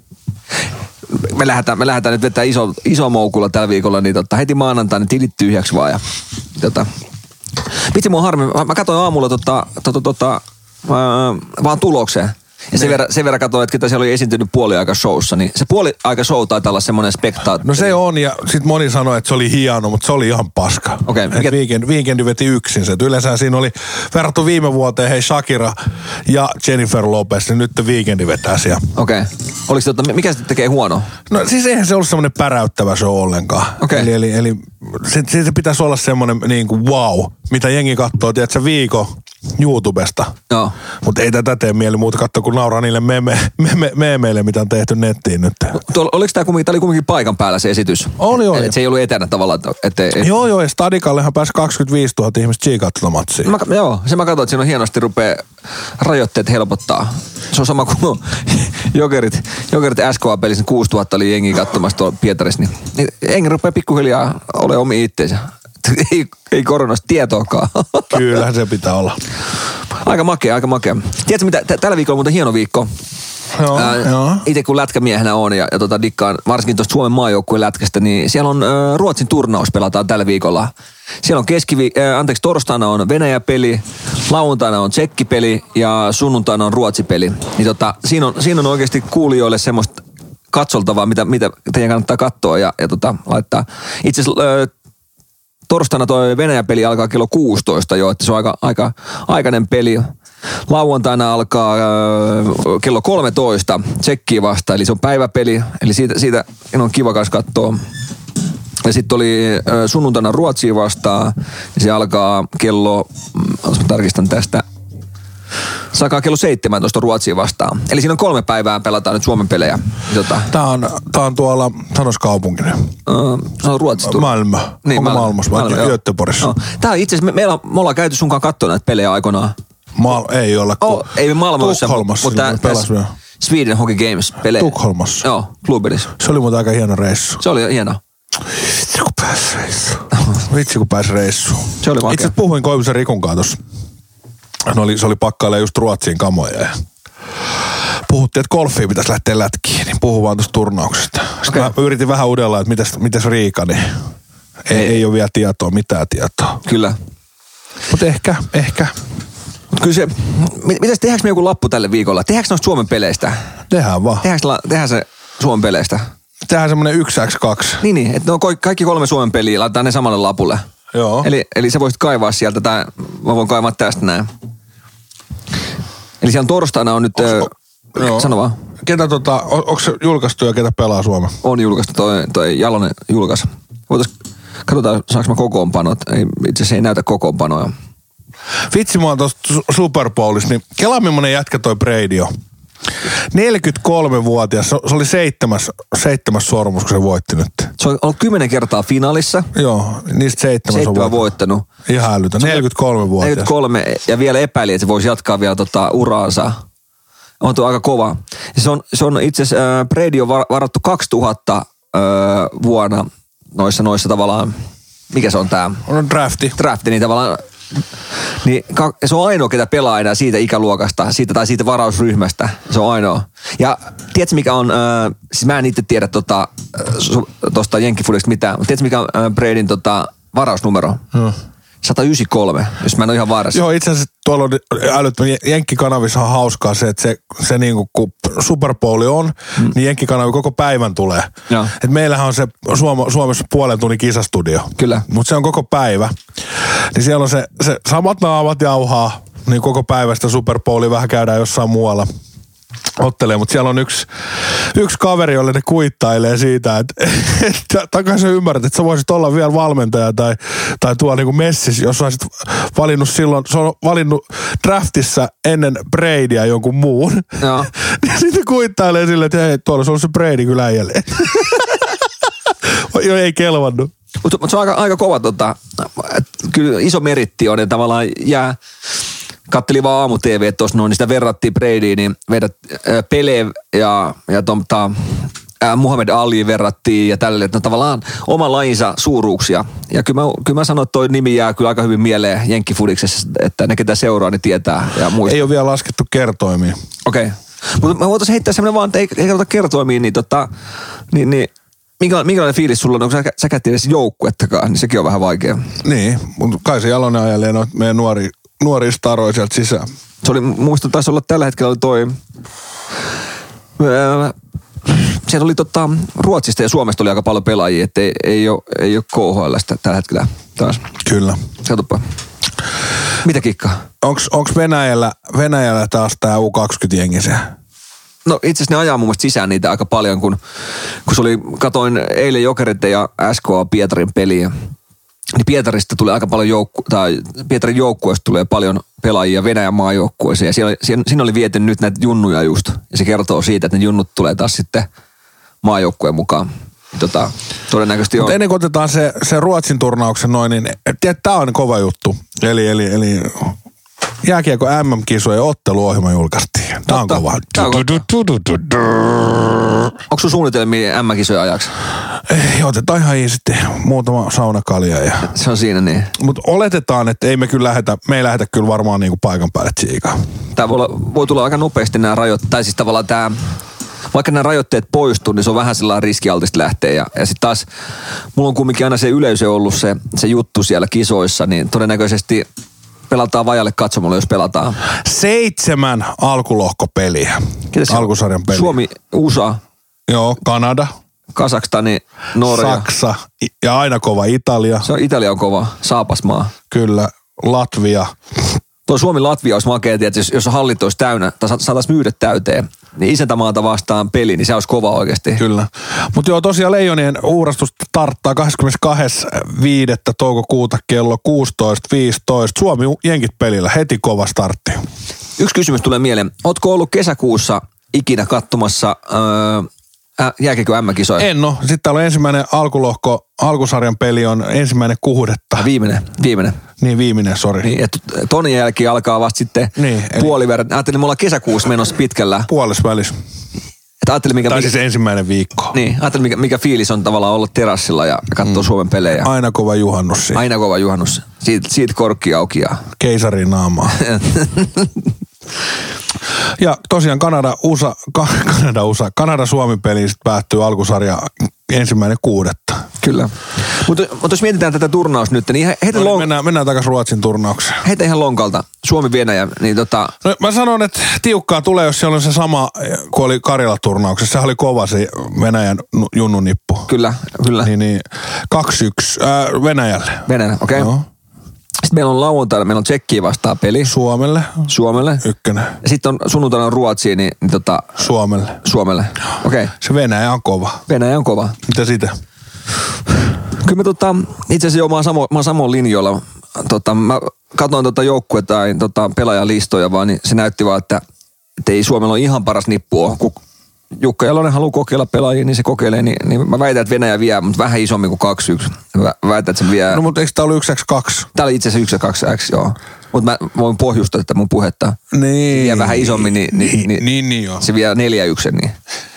Me lähdetään, me lähdetään nyt vetää iso, iso moukulla tällä viikolla, niin tota, heti maanantaina tilit tyhjäksi vaan. Ja, tota. Vitsi, mua harmi. Mä, mä katsoin aamulla tota, tota, tota, äh, vaan tulokseen. Ja sen verran, sen verran katsoin, että ketä siellä oli esiintynyt puoliaikashowssa, niin se puoliaikashow taitaa olla semmoinen spektaattori. No se on, ja sit moni sanoi, että se oli hieno, mutta se oli ihan paska. Okei. Okay, mikä... Weekend, Weekendi veti yksin se. Yleensä siinä oli verrattu viime vuoteen, hei Shakira ja Jennifer Lopez, niin nyt Weekendi vetää siellä. Okei. Okay. Oliko se, tota, mikä se tekee huono? No siis eihän se ollut semmoinen päräyttävä show ollenkaan. Okay. Eli, eli, eli se, se pitäisi olla semmoinen niin kuin wow, mitä jengi katsoo, tiedätkö, viikon YouTubesta. Joo. Mutta ei tätä tee mieli muuta katsoa, kun nauraa niille meme, meme, memeille, mitä on tehty nettiin nyt. Tuolla, oliko tämä kumminkin, tämä oli kumminkin paikan päällä se esitys? Oli, oli. Et se ei ollut etänä tavallaan. Että, et... Joo, joo, ja Stadikallehan pääsi kaksikymmentäviisituhatta ihmistä tsiikattua matsiin. Mä, joo, se mä katsoin, että siinä on hienosti rupeaa rajoitteet helpottaa. Se on sama kuin jokerit, jokerit S K A-pelissä, kuusituhatta oli jengi katsomassa tuolla Pietarissa, niin, niin jengi rupeaa pikkuhiljaa olemaan omi itteensä. Ei, ei koronasta tietoakaan. Kyllä se pitää olla. Aika makea, aika makea. Tiedätkö mitä, t- tällä viikolla on muuten hieno viikko. Joo, Ää, joo. Itse kun lätkämiehenä on ja, ja tota, dikkaan varsinkin tuosta Suomen maajoukkueen lätkästä, niin siellä on ä, Ruotsin turnaus pelataan tällä viikolla. Siellä on keskivi, ä, anteeksi, torstaina on Venäjä-peli, lauantaina on Tsekki-peli ja sunnuntaina on Ruotsi-peli. Niin tota, siinä, on, siinä on oikeasti kuulijoille semmoista katsoltavaa, mitä, mitä teidän kannattaa katsoa ja, ja tota, laittaa. Itse asiassa torstaina toi Venäjä-peli alkaa kello kuusitoista jo, että se on aika, aika aikainen peli. Lauantaina alkaa äh, kello kolmetoista Tsekkiä vastaan, eli se on päiväpeli, eli siitä, siitä on kiva kanssa katsoa. Ja sitten oli äh, sunnuntaina Ruotsia vastaan, ja se alkaa kello, jos mä tarkistan tästä, se alkaa kello seitsemäntoista Ruotsia vastaan. Eli siinä on kolme päivää pelataan nyt Suomen pelejä. Tota. Tää on, tää on tuolla, sanois kaupunki. Uh, se on Ruotsista. Malmö. Niin, Onko Malmö. Malmössä vai Malmö, Göteborgissa? No. Tää on itse asiassa, me, me, me ollaan käyty sunkaan katsoa näitä pelejä aikoinaan. Mal, ei olla. Oh, ei Malmössä, Tukholmassa. mutta Mutta Sweden Hockey Games pelejä. Tukholmassa. Joo, Klubberis. Se oli muuten aika hieno reissu. Se oli hieno. Vitsi kun pääsi reissuun. Vitsi kun pääsi reissuun. Se oli makea. Itse puhuin Koivusen Rikun kanssa tossa. No oli, se oli pakkailemaan just Ruotsiin kamoja ja puhuttiin, että golfiin pitäisi lähteä lätkiin, niin puhuu vaan tuosta turnauksesta. Sitten okay. Mä yritin vähän udella, että mitäs, mitäs Riika, niin ei, ei. ei ole vielä tietoa, mitään tietoa. Kyllä. Mutta ehkä, ehkä. Mut kyllä se, mitäs tehdäänkö me joku lappu tälle viikolla? Tehdäänkö noista Suomen peleistä? Tehdään vaan. Tehdäänkö, tehdään se Suomen peleistä? Tehdään semmonen yksi ksi kaksi. Niin, niin, että no kaikki kolme Suomen peliä, laitetaan ne samalle lapulle. Joo. Eli, eli sä voisit kaivaa sieltä, tai mä voin kaivaa tästä näin. Eli siellä on torstaina on nyt, Onks, sano vaan. Ketä tota, on, onko se julkaistu ja ketä pelaa Suomen? On julkaistu, toi, toi Jalonen julkaisi. Voitais, katsotaan saanko mä kokoonpanot. Ei, itse asiassa ei näytä kokoonpanoja. Vitsi mua tosta Super Bowlissa, niin kelaa millainen jätkä toi Brady on. neljäkymmentäkolmevuotias, se oli seitsemäs, seitsemäs sormus, kun se voitti nyt. Se on ollut kymmenen kertaa finaalissa. Joo, niistä seitsemäs Seitsemän on voittanut. Ihan älytön, neljäkymmentäkolmevuotias. neljäkymmentäkolme ja vielä epäili, että se voisi jatkaa vielä tota uraansa. On tuo aika kova. Ja se on, se on itse asiassa, äh, Brady on varattu kaksituhatta äh, vuonna noissa, noissa tavallaan, mikä se on tää? On drafti. Drafti, niin tavallaan. Niin, se on ainoa, ketä pelaa enää siitä ikäluokasta, siitä tai siitä varausryhmästä. Se on ainoa. Ja tiedätkö mikä on, äh, siis mä en itse tiedä tota, tosta jenkkifudista mitään, mutta tiedätkö mikä on äh, Bradyn tota, varausnumero? Hmm. sata yhdeksänkymmentäkolme, jos mä en ole ihan väärässä. Joo, itse asiassa tuolla on älyttömän. Jenkkikanavissa on hauskaa se, että se, se niinku, kun Super Bowl on, hmm. niin Jenkkikanavi koko päivän tulee. Et meillähän on se Suom- Suomessa puolen tunnin kisastudio. Kyllä. Mutta se on koko päivä. Niin siellä on se, se samat naamat jauhaa, niin koko päivästä Super Bowlia vähän käydään jossain muualla ottelee, mutta siellä on yksi, yksi kaveri, jolle ne kuittailee siitä, että et, takaisin ymmärrät, että sä voisit olla vielä valmentaja tai, tai tuolla niinku messissä, jos sä olisit valinnut silloin, se on valinnut draftissa ennen Bradyä jonkun muun. Joo. Sitten kuittailee silleen, että hei, tuolla se on se Brady kyllä äijälle. Joo, ei kelvannut. Mutta mut se on aika, aika kova, tota, kyllä iso meritti on, ja tavallaan jää, kattelin vaan aamu-T V tuossa noin, niin sitä verrattiin Bradyin, niin vedät äh, Pele ja, ja tomta, äh, Muhammad Ali verrattiin ja tälle, että no tavallaan oman lajinsa suuruuksia. Ja kyllä mä, kyllä mä sanon, että toi nimi jää kyllä aika hyvin mieleen Jenkkifudiksessa, että ne ketä seuraa, niin tietää ja muistaa. Ei ole vielä laskettu kertoimia. Okei. Okay. Mutta mä voitaisiin heittää semmoinen vaan, että ei, ei katsota kertoimia, niin tota, niin, niin minkälainen, minkälainen fiilis sulla on, onko sä, sä käytti edes joukkuettakaan, niin sekin on vähän vaikea. Niin, mutta Kaisa Jalonen ajelee noita meidän nuori, nuoria staroja sieltä sisään. Se oli, muistan, taisi olla tällä hetkellä oli toi, öö, siellä oli tota, Ruotsista ja Suomesta oli aika paljon pelaajia, että ei, ei ole, ei ole K H L:stä tällä hetkellä taas. Kyllä. Katsopa. Mitä kikkaa? Onks, onks Venäjällä, Venäjällä taas tää U kaksikymmentä-jengi se? No itse asiassa ne ajaa mun mielestä sisään niitä aika paljon, kun, kun se oli, katoin eilen Jokereiden ja S K A Pietarin peliä. Niin Pietarista tulee aika paljon joukku, tai Pietarin joukkueesta tulee paljon pelaajia Venäjän maajoukkueeseen. Ja siellä, siinä, siinä oli viety nyt näitä junnuja just. Ja se kertoo siitä, että ne junnut tulee taas sitten maajoukkueen mukaan. Tota, todennäköisesti on. Mutta ennen kuin otetaan se, se Ruotsin turnauksen noin, niin tiedät, tää on kova juttu. Eli, eli, eli jääkiekko M M-kisojen otteluohjelma julkaistiin. Tää on kova. Onko sun suunnitelmia M M-kisojen ajaksi? Ei, otetaan ihan sitten muutama saunakalja. Ja... Se on siinä niin. Mutta oletetaan, että ei me kyllä lähetä, me ei lähetä kyllä varmaan niinku paikan päälle tsiikaa. Tää voi, olla, voi tulla aika nopeasti nämä rajoitteet, tai siis tavallaan tää, vaikka nämä rajoitteet poistuu, niin se on vähän sellainen riskialtista lähteä. Ja, ja sitten taas, mulla on kumminkin aina se yleisö ollut se, se juttu siellä kisoissa, niin todennäköisesti pelataan vajalle katsomolle, jos pelataan. Seitsemän alkulohkopeliä. Ketäs alkusarjan peliä. Suomi, U S A. Joo, Kanada. Kazakstani, Norja. Saksa ja aina kova Italia. Se on, Italia on kova, saapasmaa. Kyllä, Latvia. Tuo Suomi-Latvia olisi makea, että jos, jos hallit olisi täynnä, tai saataisiin myydä täyteen, niin isäntämaata vastaan peli, niin se olisi kova oikeasti. Kyllä. Mutta joo, tosiaan Leijonien uurastus starttaa kahdeskymmenestoinen viidettä toukokuuta kello kuusitoista viisitoista. Suomi jenkit pelillä, heti kova startti. Yksi kysymys tulee mieleen. Ootko ollut kesäkuussa ikinä katsomassa öö, jääkiekko M-kisoja? En oo. Sitten täällä on ensimmäinen alkulohko, alkusarjan peli on ensimmäinen kuudetta. Viimeinen, viimeinen. Niin, viimeinen, sori. Niin, että ton jälkeen alkaa vasta sitten niin, puoliverran. Ajattelin, me ollaan kesäkuussa menossa pitkällä. Puolessa välissä. Että ajattelin, mikä... Tai mikä, siis ensimmäinen viikko. Niin, ajattelin, mikä, mikä fiilis on tavallaan olla terassilla ja katsoa mm. Suomen pelejä. Aina kova juhannus siinä. Aina kova juhannus. Siitä, siitä korkki auki ja... Keisarin naamaa. Ja tosiaan Kanada, U S A, Kanada, U S A, Kanada-Suomi-peli päättyy alkusarja ensimmäinen kuudetta. Kyllä. Mutta mut jos mietitään tätä turnausta nyt, niin heitä no, long... mennään, mennään takaisin Ruotsin turnaukseen. Heitä ihan lonkalta. Suomi-Venäjä, niin tota... No, mä sanon, että tiukkaa tulee, jos siellä on se sama, kuin oli Karjala-turnauksessa. Sehän oli kova se Venäjän junnunippu. Kyllä, kyllä. Niin, niin kaksi yksi äh, Venäjälle. Venäjälle, okei. Okay. No. Sitten meillä on lauantaina, meillä on Tsekkiä vastaan peli. Suomelle. Suomelle. Ykkönen. Ja sitten on sunnuntaina on Ruotsiin, niin, niin tota... Suomelle. Suomelle, okei. Okay. Se Venäjä on kova. Venäjä on kova. Mitä siitä? Kyllä mä tota, itse asiassa joo, mä oon, samo, mä oon samoin linjoilla. Tota, mä katsoin tota joukkuetta tai tota pelaajalistoja vaan, niin se näytti vaan, että, että ei Suomella ole ihan paras nippu ole. Kun Jukka Jalonen haluaa kokeilla pelaajia, niin se kokeilee, niin, niin mä väitän, että Venäjä vie, mutta vähän isommin kuin kaksi yksi. Mä väitän, että se vie... No mutta eikö tää ollut yksi kaksi? Tää oli itse asiassa yksi kaksi X, joo. Mutta mä voin pohjustaa tätä mun puhetta. Niin. Se vie vähän isommin, niin, niin, niin, niin, niin, niin joo. Se vie neljä yksi, niin.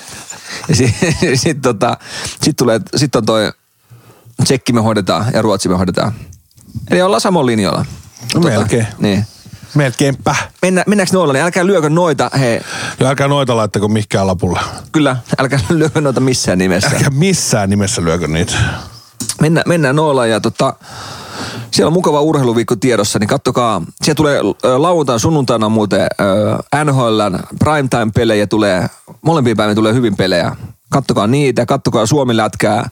Ja sitten sit, tota, sit tulee, sit on toi Tsekki me hoidetaan ja Ruotsi me hoidetaan. Eli ollaan samoin linjalla. No tota, melkein. Niin. Melkeinpä. Mennä, mennäänkö noilla, niin älkää lyökö noita, hei. Joo, älkää noita laittako mihinkään lapulle. Kyllä, älkää lyökö noita missään nimessä. Älkää missään nimessä lyökö niitä. Mennään, mennään noilla ja tota, siellä on mukava urheiluviikko tiedossa, niin kattokaa. Siellä tulee lauantaina, sunnuntaina muuten äh, N H L:n primetime-pelejä tulee, molempiin päivin tulee hyvin pelejä. Kattokaa niitä, kattokaa Suomi-lätkää.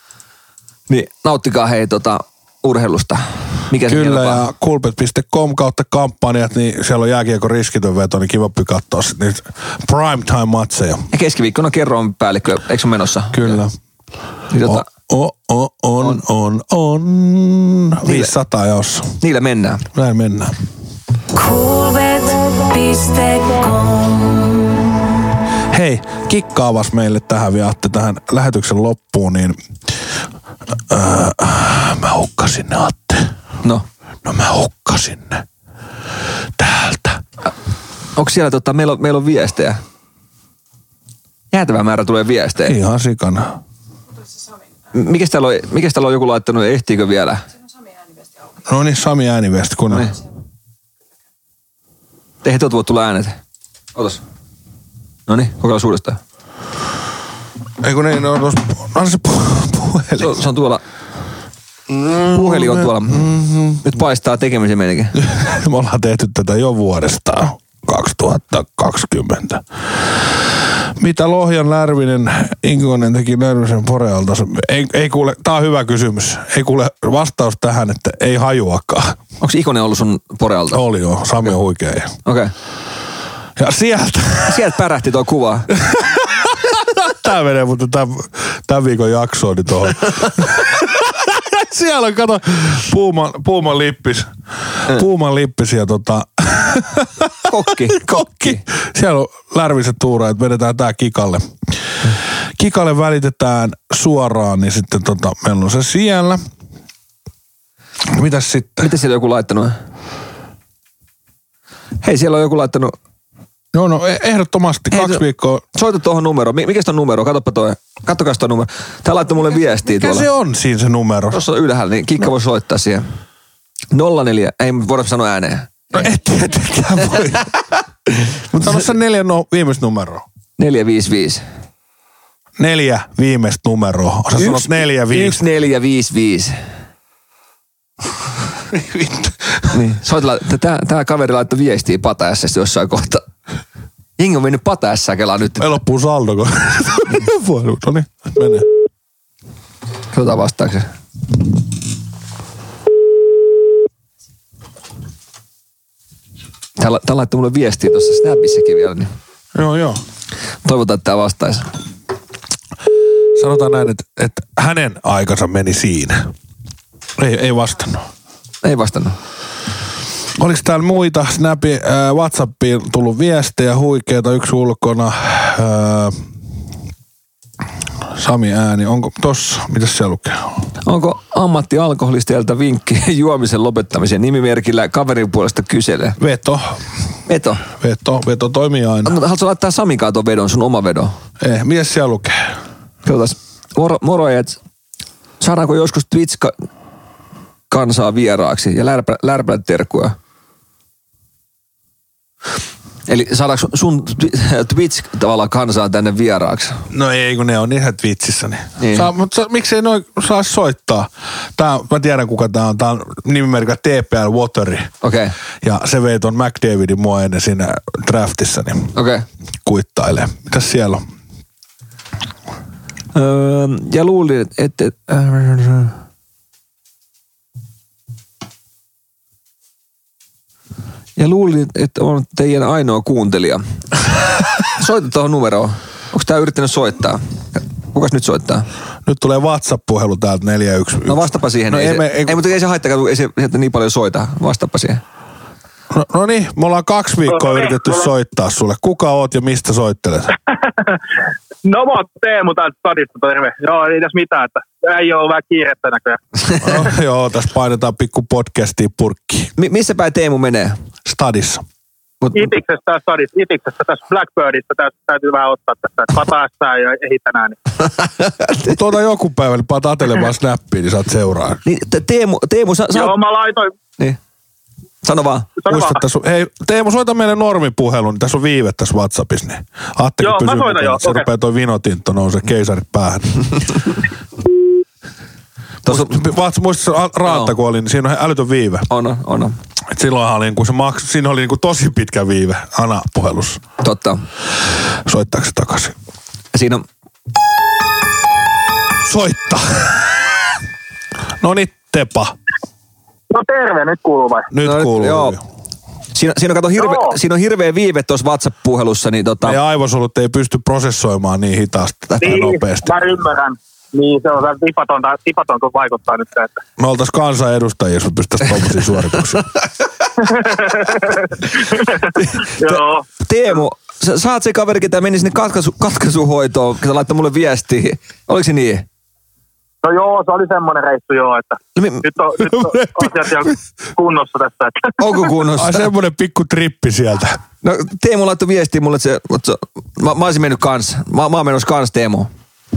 Niin nauttikaa hei tota urheilusta. Mikä se Kyllä, kelpaa? ja coolbet piste com kautta kampanjat, niin siellä on jääkiekon riskitön veto, niin kivappi katsoa sitten niitä primetime-matseja. Ja keskiviikkona kerron päällikkö, eikö se menossa? Kyllä. Niin, tota, o, o, o, on, on, on. viisisataa jossa. Niillä mennään. Näin mennään. coolbet piste com Hei, kikkaavas meille tähän vielä, tähän lähetyksen loppuun, niin Öö, mä hukkasin ne, Atte. No. No mä hukkasin ne. Täältä. Onko siellä, tota, meillä on, meillä on viestejä? Jäätävä määrä tulee viestejä. Ihan sikana. Mikäs täällä on, mikäs täällä on joku laittanut, ehtiikö vielä? No niin, Sami ääniviesti, kun on. Eihän tuot voi tulla äänet. Otas. Noniin, kokeillaan uudestaan. Ei kun ei, no, no, no se puhelin. Se on, se on tuolla. Puhelin on tuolla. Nyt paistaa tekemisen meininkin. Me ollaan tehty tätä jo vuodesta kaksituhattakaksikymmentä. Mitä Lohjan Lärvinen Inkonen teki Lärvisen Porealta? Ei, ei kuule, tää on hyvä kysymys. Ei kuule vastaus tähän, että ei hajuakaan. Onko Ikonen ollut sun Porealta? Oli joo, Sami on huikea. Okei. Okay. Ja sieltä. Sieltä pärähti tuo kuva. Tää menee, mutta tämän, tämän viikon jaksoon niin tuohon. Siellä on, kato, Puuman, Puuman lippis. Puuman lippis ja tota... Kokki. Kokki. Siellä on Lärviset tuura, että vedetään tää Kikalle. Kikalle välitetään suoraan, niin sitten tota, meillä on se siellä. Mitäs sitten? Mitä siellä on joku laittanut? Hei, siellä on joku laittanut... Joo, no ehdottomasti Hei, kaksi to, viikkoa. Soita tuohon numeroon. Mikä on numero? Katoppa toi. Kattokas toi numero. Tää laittoi mulle viestiä tuolla. Mikä se on siinä se numero? Tuossa on ylhäällä, niin Kikka no. voi soittaa siihen. nolla neljä, ei voida sanoa ääneen. No et tietenkään voi. Mutta sano se neljä no, viimeistä numeroa. neljä viisi viisi. Neljä viimeistä numeroa. Osa sanot neljä viisi. yksi neljä viisi viisi. Vittu. Niin. Soitella, tää, tää kaveri laittoi viestiä Pataässästä jossain kohta. Jengi on mennyt Pataässään kelaa nyt. Ei loppuu saldo, kun... No niin, menee. Katsotaan vastaako se. Tää, tää laittoi mulle viestiä tuossa Snapissakin vielä. Niin joo, joo. toivotaan, että tää vastaisi. Sanotaan näin, että, että hänen aikansa meni siinä. Ei, ei vastannut. Ei vastannut. Oliko täällä muita? Snapi, äh, WhatsAppiin tullut viestejä, huikeeta, yksi ulkona. Äh, Sami ääni, onko tossa? Mitäs siellä lukee? Onko ammattialkoholisteilta vinkki juomisen lopettamiseen nimimerkillä kaverin puolesta kyselee? Veto. Veto? Veto, veto toimii aina. No, haluatko laittaa Samikaan tuon vedon, sun oma vedon? Ei, mitäs siellä lukee? Katsotaan. Moro, moro et saadaanko joskus Twitch-kansaa vieraaksi ja lärpä, lärpälät terkkuja? Eli saadaanko sun Twitch tavallaan kansaa tänne vieraaksi? No ei, kun ne on ihan Twitchissä. Niin. Niin. Saa, mutta sa, miksei noin saisi soittaa? Tää, mä tiedän kuka tää on. Tää on nimimerkillä T P L Wateri. Okei. Okay. Ja se vei ton McDavidin mua ennen siinä draftissa, niin okay. kuittailee. Mitäs siellä on? Öö, ja luulin, että... Äh, Ja luulin, että on teidän ainoa kuuntelija. Soita tuohon numeroon. Onko tää yrittänyt soittaa? Kukas nyt soittaa? Nyt tulee WhatsApp-puhelu täältä neljä yksi yksi. No vastapa siihen. No ei, ei, se, me, ei, ei, mutta ei se haittakaan, ei se sieltä niin paljon soita. Vastapa siihen. No, no niin, me ollaan kaksi viikkoa no, yritetty no, soittaa sulle. Kuka oot ja mistä soittelet? No mä oon Teemu täältä stadista, terve. Joo, ei tässä mitään, että ei ole vähän kiirettä näköjään. No, joo, tässä painetaan pikku podcastia purkkiin. Mi- missä päin Teemu menee? Stadissa. Mut, Itiksestä tässä stadissa, Itiksestä tässä Blackbirdissa tässä täytyy vähän ottaa tästä. Pataässään ja ehitänään. Niin. Tuota joku päivä, niin paat Atelle vaan snappiin, niin saat seuraa. niin, Teemu, Teemu sä, sä... Joo, mä laitoin. Niin. Sano vaan. Sano Muista, vaan. tässä on, hei, Teemu, soita meille normipuhelun, niin tässä on viive tässä WhatsAppissa. Niin. Aattekin Joo, pysyy mä soitan mukana. jo, Se okei. rupeaa toi vinotintto nousee keisarit päähän. Tuossa Muist, muista se Raatta, Joo. kun oli, niin siinä on älytön viive. on, on, on. Et silloinhan oli, kun se maks, siinä oli niin tosi pitkä viive Ana-puhelussa. Totta. Soittaako se takaisin? Siinä on... Soittaa. No niin, Tepa. No terve, nyt kuuluu vai? Nyt No nyt, kuuluu. joo. Siinä, siinä, on, kato, hirve, Joo. siinä on hirveä viive tuossa WhatsApp-puhelussa, niin tota... Meidän aivosolut ei pysty prosessoimaan niin hitaasti tai Niin, nopeasti. mä ymmärrän. Niin, se on tipatonta, tipatonta vaikuttaa nyt se, että... Me oltais kansanedustajia, jos me pystyttäisiin tommosia suorituksia. Joo. Teemu, sä, sä oot se kaveri, ketä meni sinne katkaisu, katkaisuhoitoon, ketä laittoi mulle viestiä. Oliko se niin? No joo, se oli semmoinen reissu joo, että no, mi- nyt on, nyt on asiat ihan kunnossa tässä. Että. Onko kunnossa? Ai semmoinen pikku trippi sieltä. No Teemu laittoi viestiä mulle, että se, että se mä, mä olisin mennyt kans. Mä, mä oon menossa kans Teemu.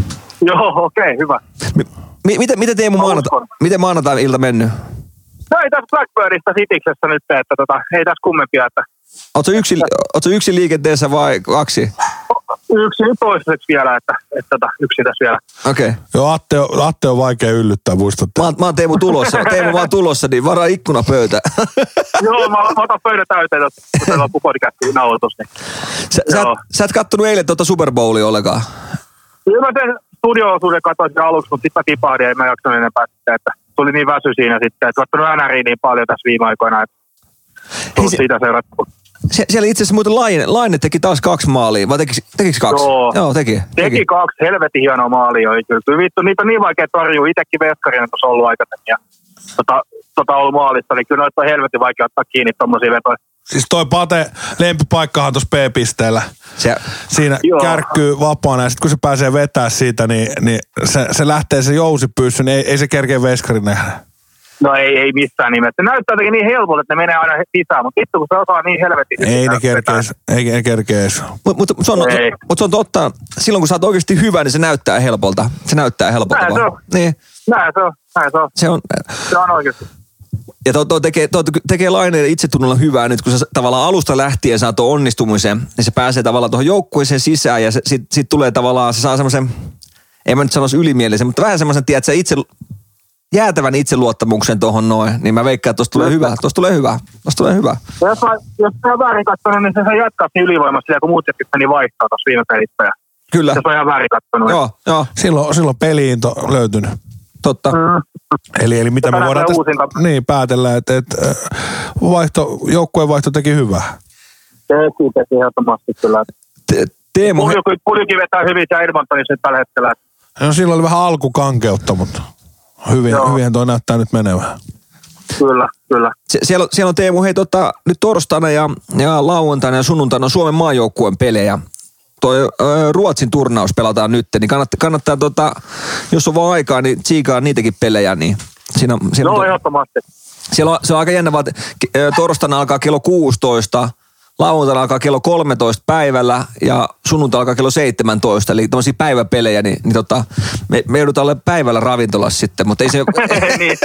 Joo, okei, okay, hyvä. Mi- miten, miten Teemu maanantai, miten maanantai ilta mennyt? No ei tässä Blackbirdista Sitiksessä nyt, että tota, ei tässä kummempia, että... Ootko yksin, ootko yksin liikenteessä vai kaksi? Yksi nyt toistaiseksi vielä, että, että, että yksin tässä vielä. Okei. Okay. Joo, Atte on, Atte on vaikea yllyttää, muistatte. Mä, oon- mä oon Teemu tulossa. Teemu vaan tulossa, niin varaa ikkunapöytä. Joo, mä, mä otan pöydän täyteen, kun se loppuu podcastin nauhoitus. Niin. Sä, sä, et, sä et kattonut eilen tuota Super Bowlia ollenkaan. Kyllä mä sen studio-osuuden katsoin aluksi, mutta sitten mä tipahdin ja en mä jaksanut enempää sitten, että tuli niin väsy siinä sitten, että kattonut N R I niin paljon tässä viime aikoina, että tullut se- siitä seurattua. Sie, siellä itse asiassa muuten Laine, Laine teki taas kaksi maalia, vai tekikö, tekikö kaksi? Joo. Joo, teki. Teki kaksi helvetin hienoa maalia, oli kyllä. Kyllä vittu, niitä on niin vaikea torjua. Itsekin veskarina tuossa ollut aikaisemmin ja tota, tota ollut maalista, niin kyllä noita on helvetin vaikea ottaa kiinni tommosia vetoja. Siis toi Pate lempipaikkahan tuossa P-pisteellä. Se, Siinä Joo. kärkkyy vapaana ja sitten kun se pääsee vetää siitä, niin, niin se, se lähtee se jousipyssy, niin ei, ei se kerkeä veskarin nähdä. No ei, ei missään nimessä. Se näyttää jotenkin niin helpolta, että ne menee aina sisään, mutta vittu kun se osaa niin helvetin. Ei ne kerkees, ei ne kerkees. Mutta mut, se, on, Ei. mut se on totta, silloin kun sä oot oikeasti hyvä, niin se näyttää helpolta. Se näyttää helpolta Näin se vaan. on. Niin, Näin se on, näin se on. se on. Se on oikeasti. Ja tuo, tuo tekee, tuo tekee Laineelle itsetunnolla hyvää nyt, kun sä tavallaan alusta lähtien saa tuon onnistumisen, niin se pääsee tavallaan tuohon joukkueeseen sisään ja sitten sit tulee tavallaan, se saa semmoisen, en mä nyt sanoisi ylimielisen, mutta vähän semmoisen, tiedätkö, itse, jäätävän itseluottamuksen tuohon noin, niin mä veikkaan, että tuosta tulee hyvä, tuosta tulee hyvä, tuosta tulee hyvä. Ja jos, mä- jos mä oon väärin katsonut, niin se saa jatkaa siinä ylivoimassa siellä, kun muut jätkät meni vaihtaa tuossa viime pelissä. Ja Kyllä, jos on ihan väärin katsonut. joo, joo, Silloin, silloin peliin to, löytynyt. totta. Mm. Eli, eli mitä me Tänään voidaan tulee tästä uusinta. niin, päätellä, että, että äh, vaihto, joukkueen vaihto teki hyvää. Teki, teki ehdottomasti kyllä. Te, Teemu, he, Puljukin, puljukin vetää hyvin siellä Edmontonissa nyt tällä hetkellä. No silloin oli vähän alkukankeutta, mutta hyvin, Joo. hyvin toi näyttää nyt menevän. Kyllä, kyllä. se, siellä, on- siellä on Teemu, hei tota, nyt torstaina ja, ja lauantaina ja sunnuntaina on Suomen maajoukkueen pelejä. Toi ö, Ruotsin turnaus pelataan nyt, niin kannattaa, kannattaa tota, jos on vaan aikaa, niin tsiikaa niitäkin pelejä, niin siinä, siinä Joo, on, ehdottomasti. siellä on, se on aika jännä, vaan että ö, torstaina alkaa kello kuusitoista, lauantaina alkaa kello kolmetoista päivällä ja sunnuntaina alkaa kello seitsemäntoista, eli tämmöisiä päiväpelejä, niin, niin tota, me, me joudutaan olemaan päivällä ravintolassa sitten, mutta ei se, niin.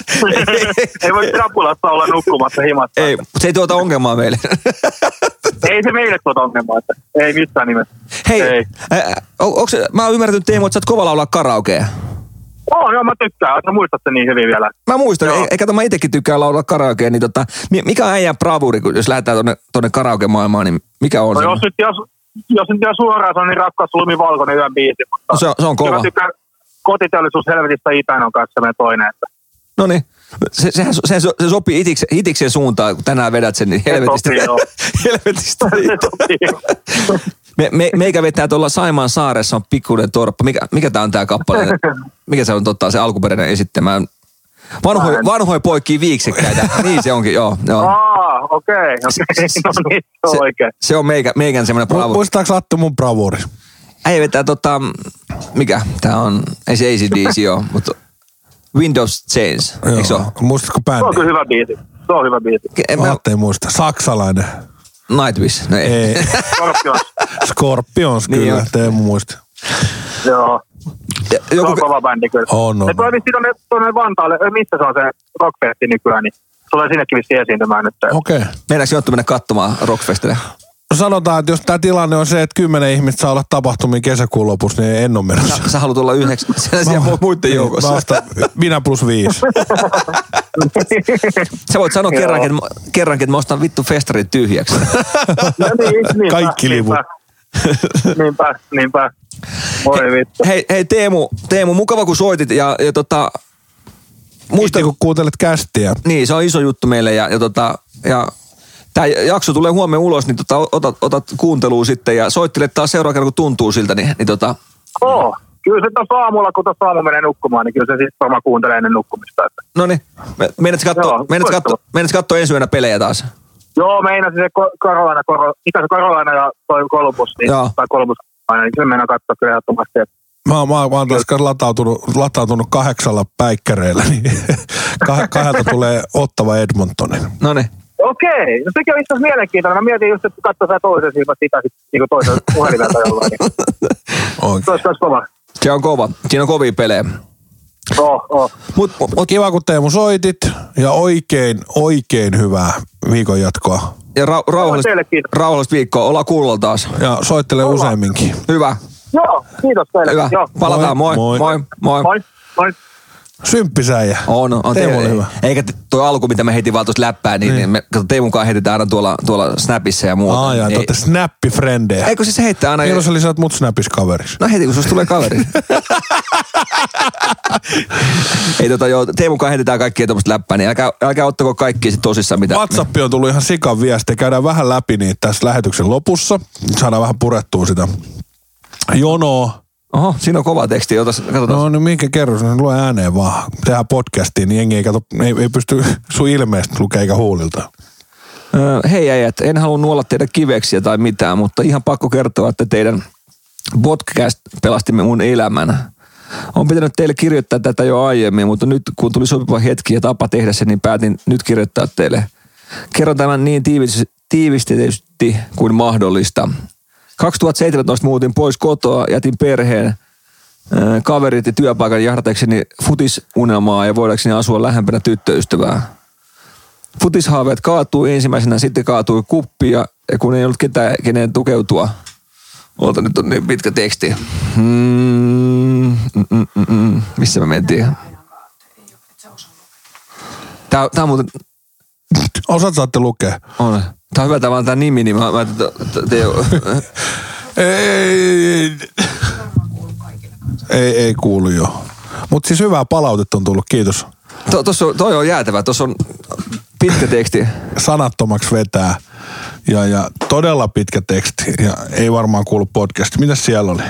Ei voi rapulassa olla nukkumassa himassa. ei, se ei tuota ongelmaa meille. Ei se meille tuota ongelmaa, että ei missään nimessä. Hei, Ei. ä, on, onko se, mä oon ymmärtänyt Teemu, että sä oot kova laulaa karaokea. Oo, joo, mä tykkään. Sä muistat sen niin hyvin vielä. Mä muistan, Joo. e- eikä mä itsekin tykkään laulaa karaokea, niin tota, mi- mikä on äijän bravuri, kun jos lähdetään tonne, tonne karaoke-maailmaan, niin mikä on No se? jos nyt jos, jos nyt ihan suoraan se on niin rakkaus lumi valkoinen yön biisi. Mutta No se on, se on kyllä kova. mä tykkään kotiteollisuus helvetistä itään on kanssa semmoinen toinen. Että No niin, se, sehän, se, se sopii itiksen, itiksen suuntaan, kun tänään vedät sen, niin helvetistä. sopii, joo. helvetistä. se sopii. Me, me, meikä vetää tuolla Saimaan saaressa on pikkuinen torppa. Mikä, mikä tää on tää kappale? Mikä se on totta, se alkuperäinen esittämä? Vanhoja, vanhoja poikkii viiksekkäitä. Niin se onkin, joo. joo. Aa, okei, okei. No niin, se on Se, oikein. se on meikä, meikän semmoinen Mu- bravuri. Muistaaks Atte mun bravuri? Äijä vetää tota, mikä? Tää on, ei se A C D C oo, mutta Windows Change, eikö se oo? Muistatko Se on bändi? kyllä hyvä biisi. Se on hyvä biisi. En mä, Atte ei muista. Saksalainen. Nightwish, no ei. Ei. Scorpions. Scorpions Niin kyllä, on. Teemu muisti. Joo. Ja Se Joku, on kova bändi kyllä. On, on. Ne tulee vissiin tuonne, tuonne Vantaalle. Ö, Missä se on se Rockfesti nykyään, niin tulee sinnekin vissiin esiintymään nyt. Okei. Okay. meidänkö Jonttu mennä katsomaan Rockfestille? No sanotaan, että jos tämä tilanne on se, että kymmenen ihmistä saa olla tapahtumia kesäkuun lopussa, niin en ole menossa. Sä, sä haluat olla yhdeksi sellaisia mu- muiden joukossa. Mä ostan minä plus viisi. Sä voit sanoa Joo. kerrankin, että mä- kerrankin, että mä ostan vittu festarin tyhjäksi. No niin, niinpä, Kaikki liput. Niinpä, niinpä. niinpä. Voi vittu. Hei, hei Teemu, Teemu, mukava kun soitit ja, ja tota, Muista, kun kuuntelet kästiä. niin se on iso juttu meille ja, ja tota, ja tämä jakso tulee huomenna ulos, niin tota, otat, otat kuunteluun sitten ja soittelet taas seuraavan kerran, kun tuntuu siltä, niin, niin tota, Oo, kyllä se tuossa aamulla, kun tuossa aamu menee nukkumaan, niin kyllä se sitten varmaan kuuntelee ennen nukkumista. Että. no niin, meinaatko katsoa, Joo, meinaatko katsoa, loistavaa. meinaatko katsoa ensi yönä pelejä taas? Joo, meinasin se Ko- Carolina, Koro, mikä se Carolina ja toi Columbus, niin, Joo. tai Columbus, niin se meinaa katsoa kyllä ehdottomasti. että Mä, mä, mä oon taas latautunut, latautunut kahdeksalla päikkäreillä, niin kah, kahdelta tulee Ottava Edmontonin. Noniin. Okei, no sekin on itse asiassa mielenkiintoinen. Mä mietin just, että katsoi sä toisen silmät sitä sitten niin toisen puhelimelta jollain. Oikein. Se olisi kans kova. Se on kova. Siinä on kovia pelejä. Oh, oh. Mut, mut kiva, kun Teemu soitit ja oikein, oikein hyvää viikon jatkoa. Ja ra- rauhallista, rauhallista viikkoa. Ollaan kuulolla taas. Ja soittele Ollaan. useamminkin. Hyvä. Joo, kiitos teille. Hyvä. Joo. Palataan. Moi. Moi. Moi. Moi. Moi. Moi. Symppisäijä. On, on. Teemu oli hyvä. Eikä tuo alku, mitä me heitin vaan tuosta läppää, niin, niin me Teemunkaan heitetään aina tuolla, tuolla Snapissa ja muuta. Aa jaa, te olette Snappi-frendejä. Eikö se heittää aina? Milloin sä lisäät mut Snapissa kaveriksi? No heti, kun susta tulee kaveri. Ei tota joo, Teemunkaan heitetään kaikkia tuommoista läppää, niin älkää, älkää ottako kaikkia sit tosissaan. Mitä WhatsApp on tullut ihan sikan viesti. Käydään vähän läpi niitä tässä lähetyksen lopussa. Saadaan vähän purettua sitä jonoa. Oho, siinä on kova teksti. Otas, katsotaan. No niin minkä kerros, no, lue ääneen vaan. Tehdään podcastiin, niin jengi ei, kato, ei, ei pysty sun ilmeestä lukea eikä huulilta. Öö, hei äijät, en halua nuolla teidän kiveksiä tai mitään, mutta ihan pakko kertoa, että teidän podcast pelasti mun elämän. Olen pitänyt teille kirjoittaa tätä jo aiemmin, mutta nyt kun tuli sopiva hetki ja tapa tehdä se, niin päätin nyt kirjoittaa teille. Kerron tämän niin tiivistetysti kuin mahdollista. kaksituhattaseitsemäntoista muutin pois kotoa, jätin perheen, kaverit ja työpaikan jahdatakseni futisunelmaa ja voidakseni asua lähempänä tyttöystävää. Futishaaveet kaatui ensimmäisenä, sitten kaatui kuppi ja kun ei ollut ketään, keneen tukeutua. Oota, nyt on niin pitkä teksti. Mm, mm, mm, mm, mm. Missä me mentiin? Tää, tää on muuten... Osat saatte lukea. On. Tää on hyvä tavallaan tää nimi, niin mä... mä te, te, ei, ei, ei, ei kuulu jo. Mutta siis hyvää palautetta on tullut, kiitos. To, tossa on, toi on jäätävä, tuossa on pitkä teksti. Sanattomaksi vetää ja, ja todella pitkä teksti ja ei varmaan kuulu podcasti. Mitäs siellä oli?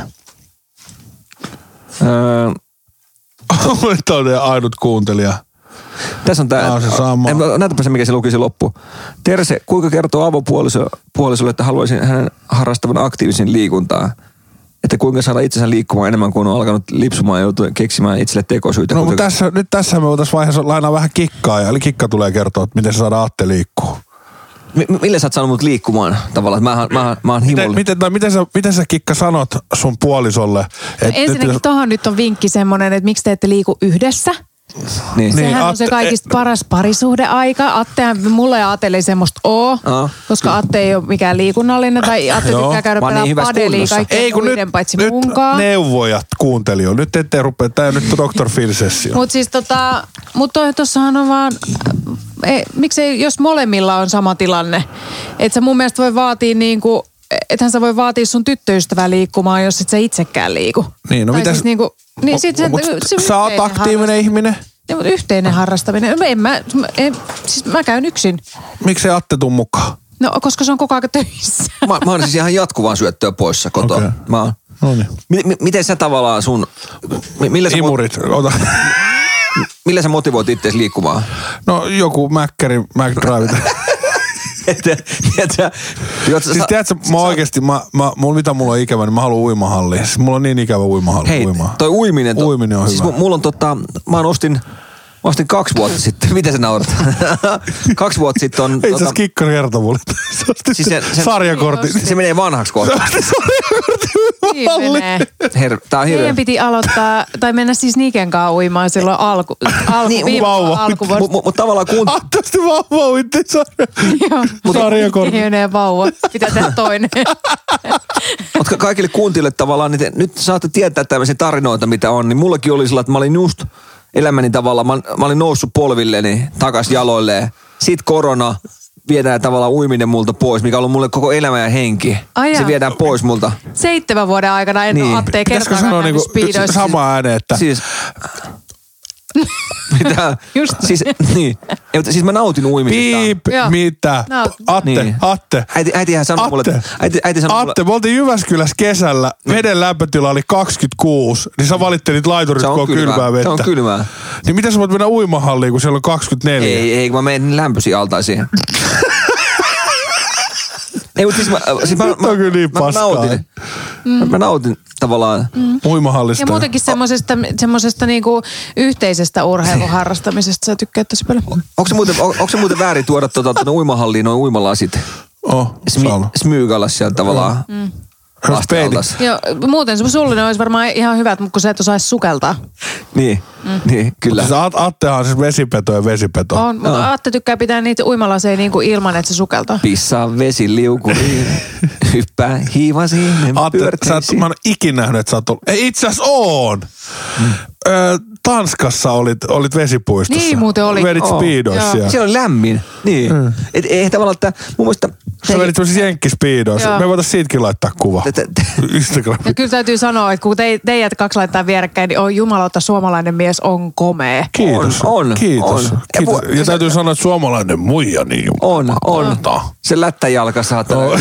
Öö, Olet on ainut kuuntelija. Tässä on tää. Tää on se sama. Näytäpä se, mikä se luki se loppu. Terse, kuinka kertoo avopuolisolle, että haluaisin hänen harrastavan aktiivisen liikuntaa? Että kuinka saada itsensä liikkumaan enemmän, kuin on alkanut lipsumaan ja joutuu keksimään itselle tekosyitä. No, kuinka... mutta tässä, nyt tässä me voitaisiin vaiheessa lainaa vähän kikkaa, ja eli kikka tulee kertoa, että miten se saadaan Atte liikkuu. M- millä sä oot saanut mut liikkumaan tavallaan? Mä, mä, mä, mä oon himollinen. Miten, miten, miten, sä, miten sä kikka sanot sun puolisolle? No ensinnäkin nyt, tohon nyt on vinkki semmonen, että miksi te ette liiku yhdessä. Niin. Sehän niin, on Atte, se kaikista paras parisuhdeaika. Attehan, mulle ja Atelle ei semmoista oo, Aa. koska Atte ei ole mikään liikunnallinen tai Atte tykkää käydä pelaa niin padelia kaikkeen muiden paitsi nyt munkaan. neuvojat kuuntelijoille. Nyt ette rupea, tää on nyt doktor Phil-sessio. Mut siis tota, mut tossahan on vaan, e, miksei, jos molemmilla on sama tilanne. Et sä mun mielestä voi vaatia niinku, ethän sä voi vaatia sun tyttöystävää liikkumaan, jos et sä itsekään liiku. Niin, no tai mitäs? siis niinku, niin sit se, Mut se sä oot aktiivinen ihminen. Ja, mutta yhteinen harrastaminen. En mä, en, siis mä käyn yksin. Miksei Atte tuu mukaan? No, koska se on koko ajan töissä. Mä, mä oon siis ihan jatkuvaan syöttöä poissa kotoa. Okay. Mä oon. No niin. M- m- miten sä tavallaan sun... M- millä sä Imurit, ota. Millä sä motivoit itseäsi liikkumaan? No joku Mäkkäri, McDrive. Että, että, siis tiedätkö, mä oikeesti, mä, mä, mulla, mitä mulla on ikävä, niin mä haluan uimahalliin. Siis mulla on niin ikävä uimahalli. Hei, uimaa. toi uiminen. To, uiminen on siis hyvä. mulla on tota, mä ostin, mä ostin kaksi vuotta sitten. Miten sä naurat? kaksi vuotta sitten on... Ei tota, sä Kikka kertoo mulle. Se osti siis se, se, sarjakortin. Se menee vanhaksi kohta. Niin menee. Her, tää on hirveä. Meidän piti aloittaa, tai mennä siis Niken kanssa uimaan silloin alku, alku, Niin, viime vauva. alkuvuodesta. Mutta mut, tavallaan kun... Attasti vauva uitti sarjakortin. Ei enää vauva. Pitää tehdä toinen. Mutta kaikille kuuntille tavallaan, niin te, nyt saatte tietää tämmöisiä tarinoita, mitä on. Niin mullakin oli sillä, että mä olin just elämäni tavallaan, mä, mä olin noussut polvilleni takas jaloilleen. Sitten korona, viedään tavallaan uiminen multa pois, mikä on ollut mulle koko elämä ja henki. Ai se jaa. viedään pois multa. Seitsemän vuoden aikana en Niin. ole Attea Pitäisikö kertaakaan sanoa nähnyt niinku speedoissa. sama ääne, että... Siis... Mitä? Just. Siis, niin. Ei, mutta siis mä nautin uimisesta. Piip, Joo. mitä? No. Atte, Niin. Atte. Äiti, äitihän sanoi Atte. mulle... Äiti, äiti sanoi Atte, me oltiin Jyväskylässä kesällä, veden lämpötila oli kaksikymmentäkuusi, niin sä valittelit laiturit, Se on kun on kylmää. kylmää vettä. Se on kylmää. Niin miten sä voit mennä uimahalliin, kun siellä on kaksikymmentäneljä? Ei, ei, kun mä menen lämpöisiin altaisiin. Ei, mutta siis mä... Siis mä, Nyt on kyllä niin mä, mä paskaa. nautin. Mm. Mä nautin tavallaan mm. uimahallista. Ja muutenkin semmosesta, semmosesta niinku yhteisestä urheiluharrastamisesta sä tykkäät tosi paljon. Onko se muuten, on, onko se muuten väärin tuoda tuota, tuonne uimahalliin noin uimalasit? Oh, Smi- smyygalla siellä tavallaan. Mm. Joo, muuten sulle olisi varmaan ihan hyvät, mutta kun sä et osaisi sukeltaa. Niin, mm. niin kyllä. Siis Attehan on siis vesipeto ja vesipeto. On, mutta no. Atte tykkää pitää niitä uimalaseja niin kuin ilman, että se sukeltaa. Pissaa vesi liukuriin, hyppää hiiva sinne pyörteisiin. Mä en ole ikinä nähnyt, että sä oot ollut. Ei itse asiassa oon! Mm. Ö, Tanskassa olit, olit vesipuistossa. Niin muuten oli. Vedit oh. speedoissa siellä. Siellä oli lämmin. Niin. Mm. Et ei tavallaan, että mun mielestä... Sä vedit tämmöisissä jenkkispiidoissa. Me voitais siitäkin laittaa kuva. Instagramiin. Ja kyllä täytyy sanoa, että kun te, teidät kaksi laittaa vierekkäin, niin on jumalauta, suomalainen mies on komea. Kiitos. On, on. Kiitos. On. Kiitos. Ja, ja täytyy sanoa, että suomalainen muija niin on, on. Se lättäjalka saattaa. Oh.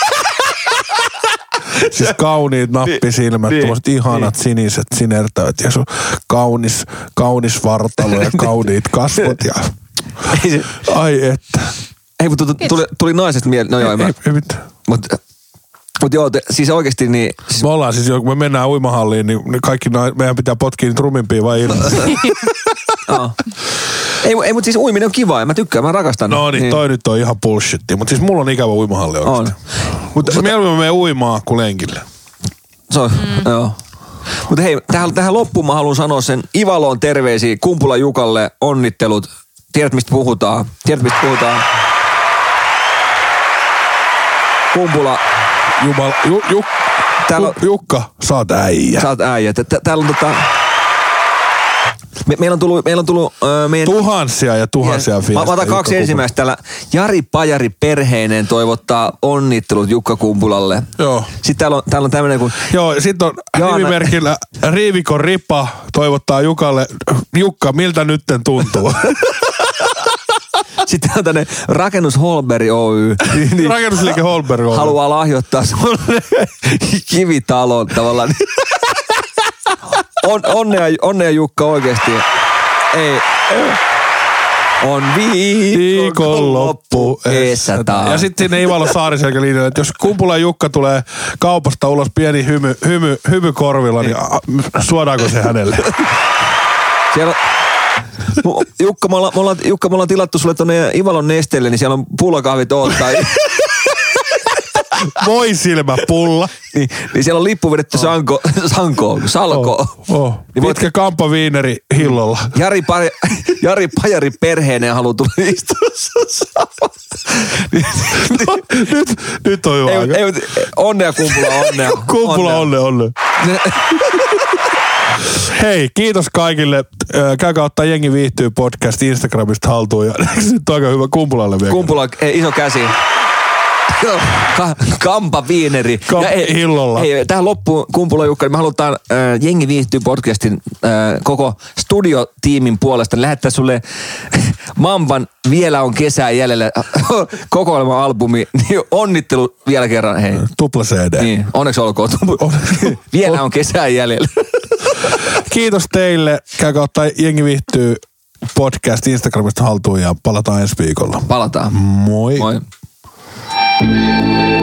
Siis kauniit nappisilmät, niin, tuollaiset ihanat niin. Siniset sinertävät ja sun kaunis, kaunis vartalo ja kauniit kasvot ja... Ai että. Ei, mutta tuli, tuli naisesta mieleen. No joo, ei, ei, ei mitään. Mutta mut joo, te, siis oikeesti niin... Siis... Me ollaan siis, kun me mennään uimahalliin, niin kaikki nais, meidän pitää potkia niitä rumimpiin vai ilman. no. Ei, ei mutta siis uiminen on kiva ja mä tykkään, mä rakastan. No niin, toi nyt on ihan bullshittia, mutta siis mulla on ikävä uimahalli oikeasti. On. Mutta siis mieluummin menen uimaan kuin lenkille. Se on, mm. joo. Mutta hei, tähän, tähän loppuun mä haluan sanoa sen Ivaloon terveisiä Kumpula Jukalle, onnittelut. Tiedät mistä puhutaan, tiedät mistä puhutaan. Kumpula. Jumal, ju, ju, täällä on, Jukka, sä oot äijä. Sä oot äijä. Täällä on tota... Me, meillä on tullut... Meillä on tullut öö, meidän... Tuhansia ja tuhansia yes. Mä otan kaksi ensimmäistä. Täällä Jari Pajari perheinen toivottaa onnittelut Jukka Kumpulalle. Joo. Sitten täällä on, täällä on tämmönen kuin... Joo, sit on Jaana... nimimerkillä Riivikon Ripa toivottaa Jukalle. Jukka, miltä nytten tuntuu? Sitten on tänne Rakennus Holberg Oy. Niin, Rakennusliike Holberg Oy. Haluaa lahjoittaa semmoinen kivitalon tavallaan. On, onnea, onnea Jukka oikeesti. Ei. On viikon loppu eessä taas. Ja sitten sinne Ivalo Saariselkä linjalle, että jos Kumpula Jukka tulee kaupasta ulos pieni hymy, hymy, hymy korvilla, niin suodaanko se hänelle? Siellä on, Jukka, me ollaan, me ollaan, Jukka, me ollaan tilattu sulle tuonne Ivalon nesteelle, niin siellä on pullakahvit oottaa. Voi silmä pulla. Niin, niin siellä on lippu vedetty oh. sanko, sankoon, salkoon. Oh, oh. Niin pitkä voit... kampaviineri hillolla. Jari, Pari, Jari Pajari perheinen haluaa tulla istua. no, nyt, nyt on jo ei, aika. Ei, onnea Kumpula, onnea. Kumpula, onnea, onnea. Hei, kiitos kaikille. Käykää ottaa Jengi viihtyy podcast Instagramista haltuun. Ja nyt on aika hyvä Kumpulalle vielä. Kumpula, ei, iso käsi. Ka- Kampa viineri. Kampa hillolla. Hei, tähän loppuun Kumpula Jukka, niin me halutaan äh, Jengi viihtyy podcastin äh, koko studiotiimin puolesta lähettää sulle Mamban Vielä on kesää jäljellä kokoelma-albumi. Niin onnittelu vielä kerran. Hei. Tupla C D. Niin, onneksi olkoon. Vielä on kesää jäljellä. Kiitos teille. Käykää ottaa Jengi viihtyy podcast Instagramista haltuun ja palataan ensi viikolla. Palataan. Moi. Moi.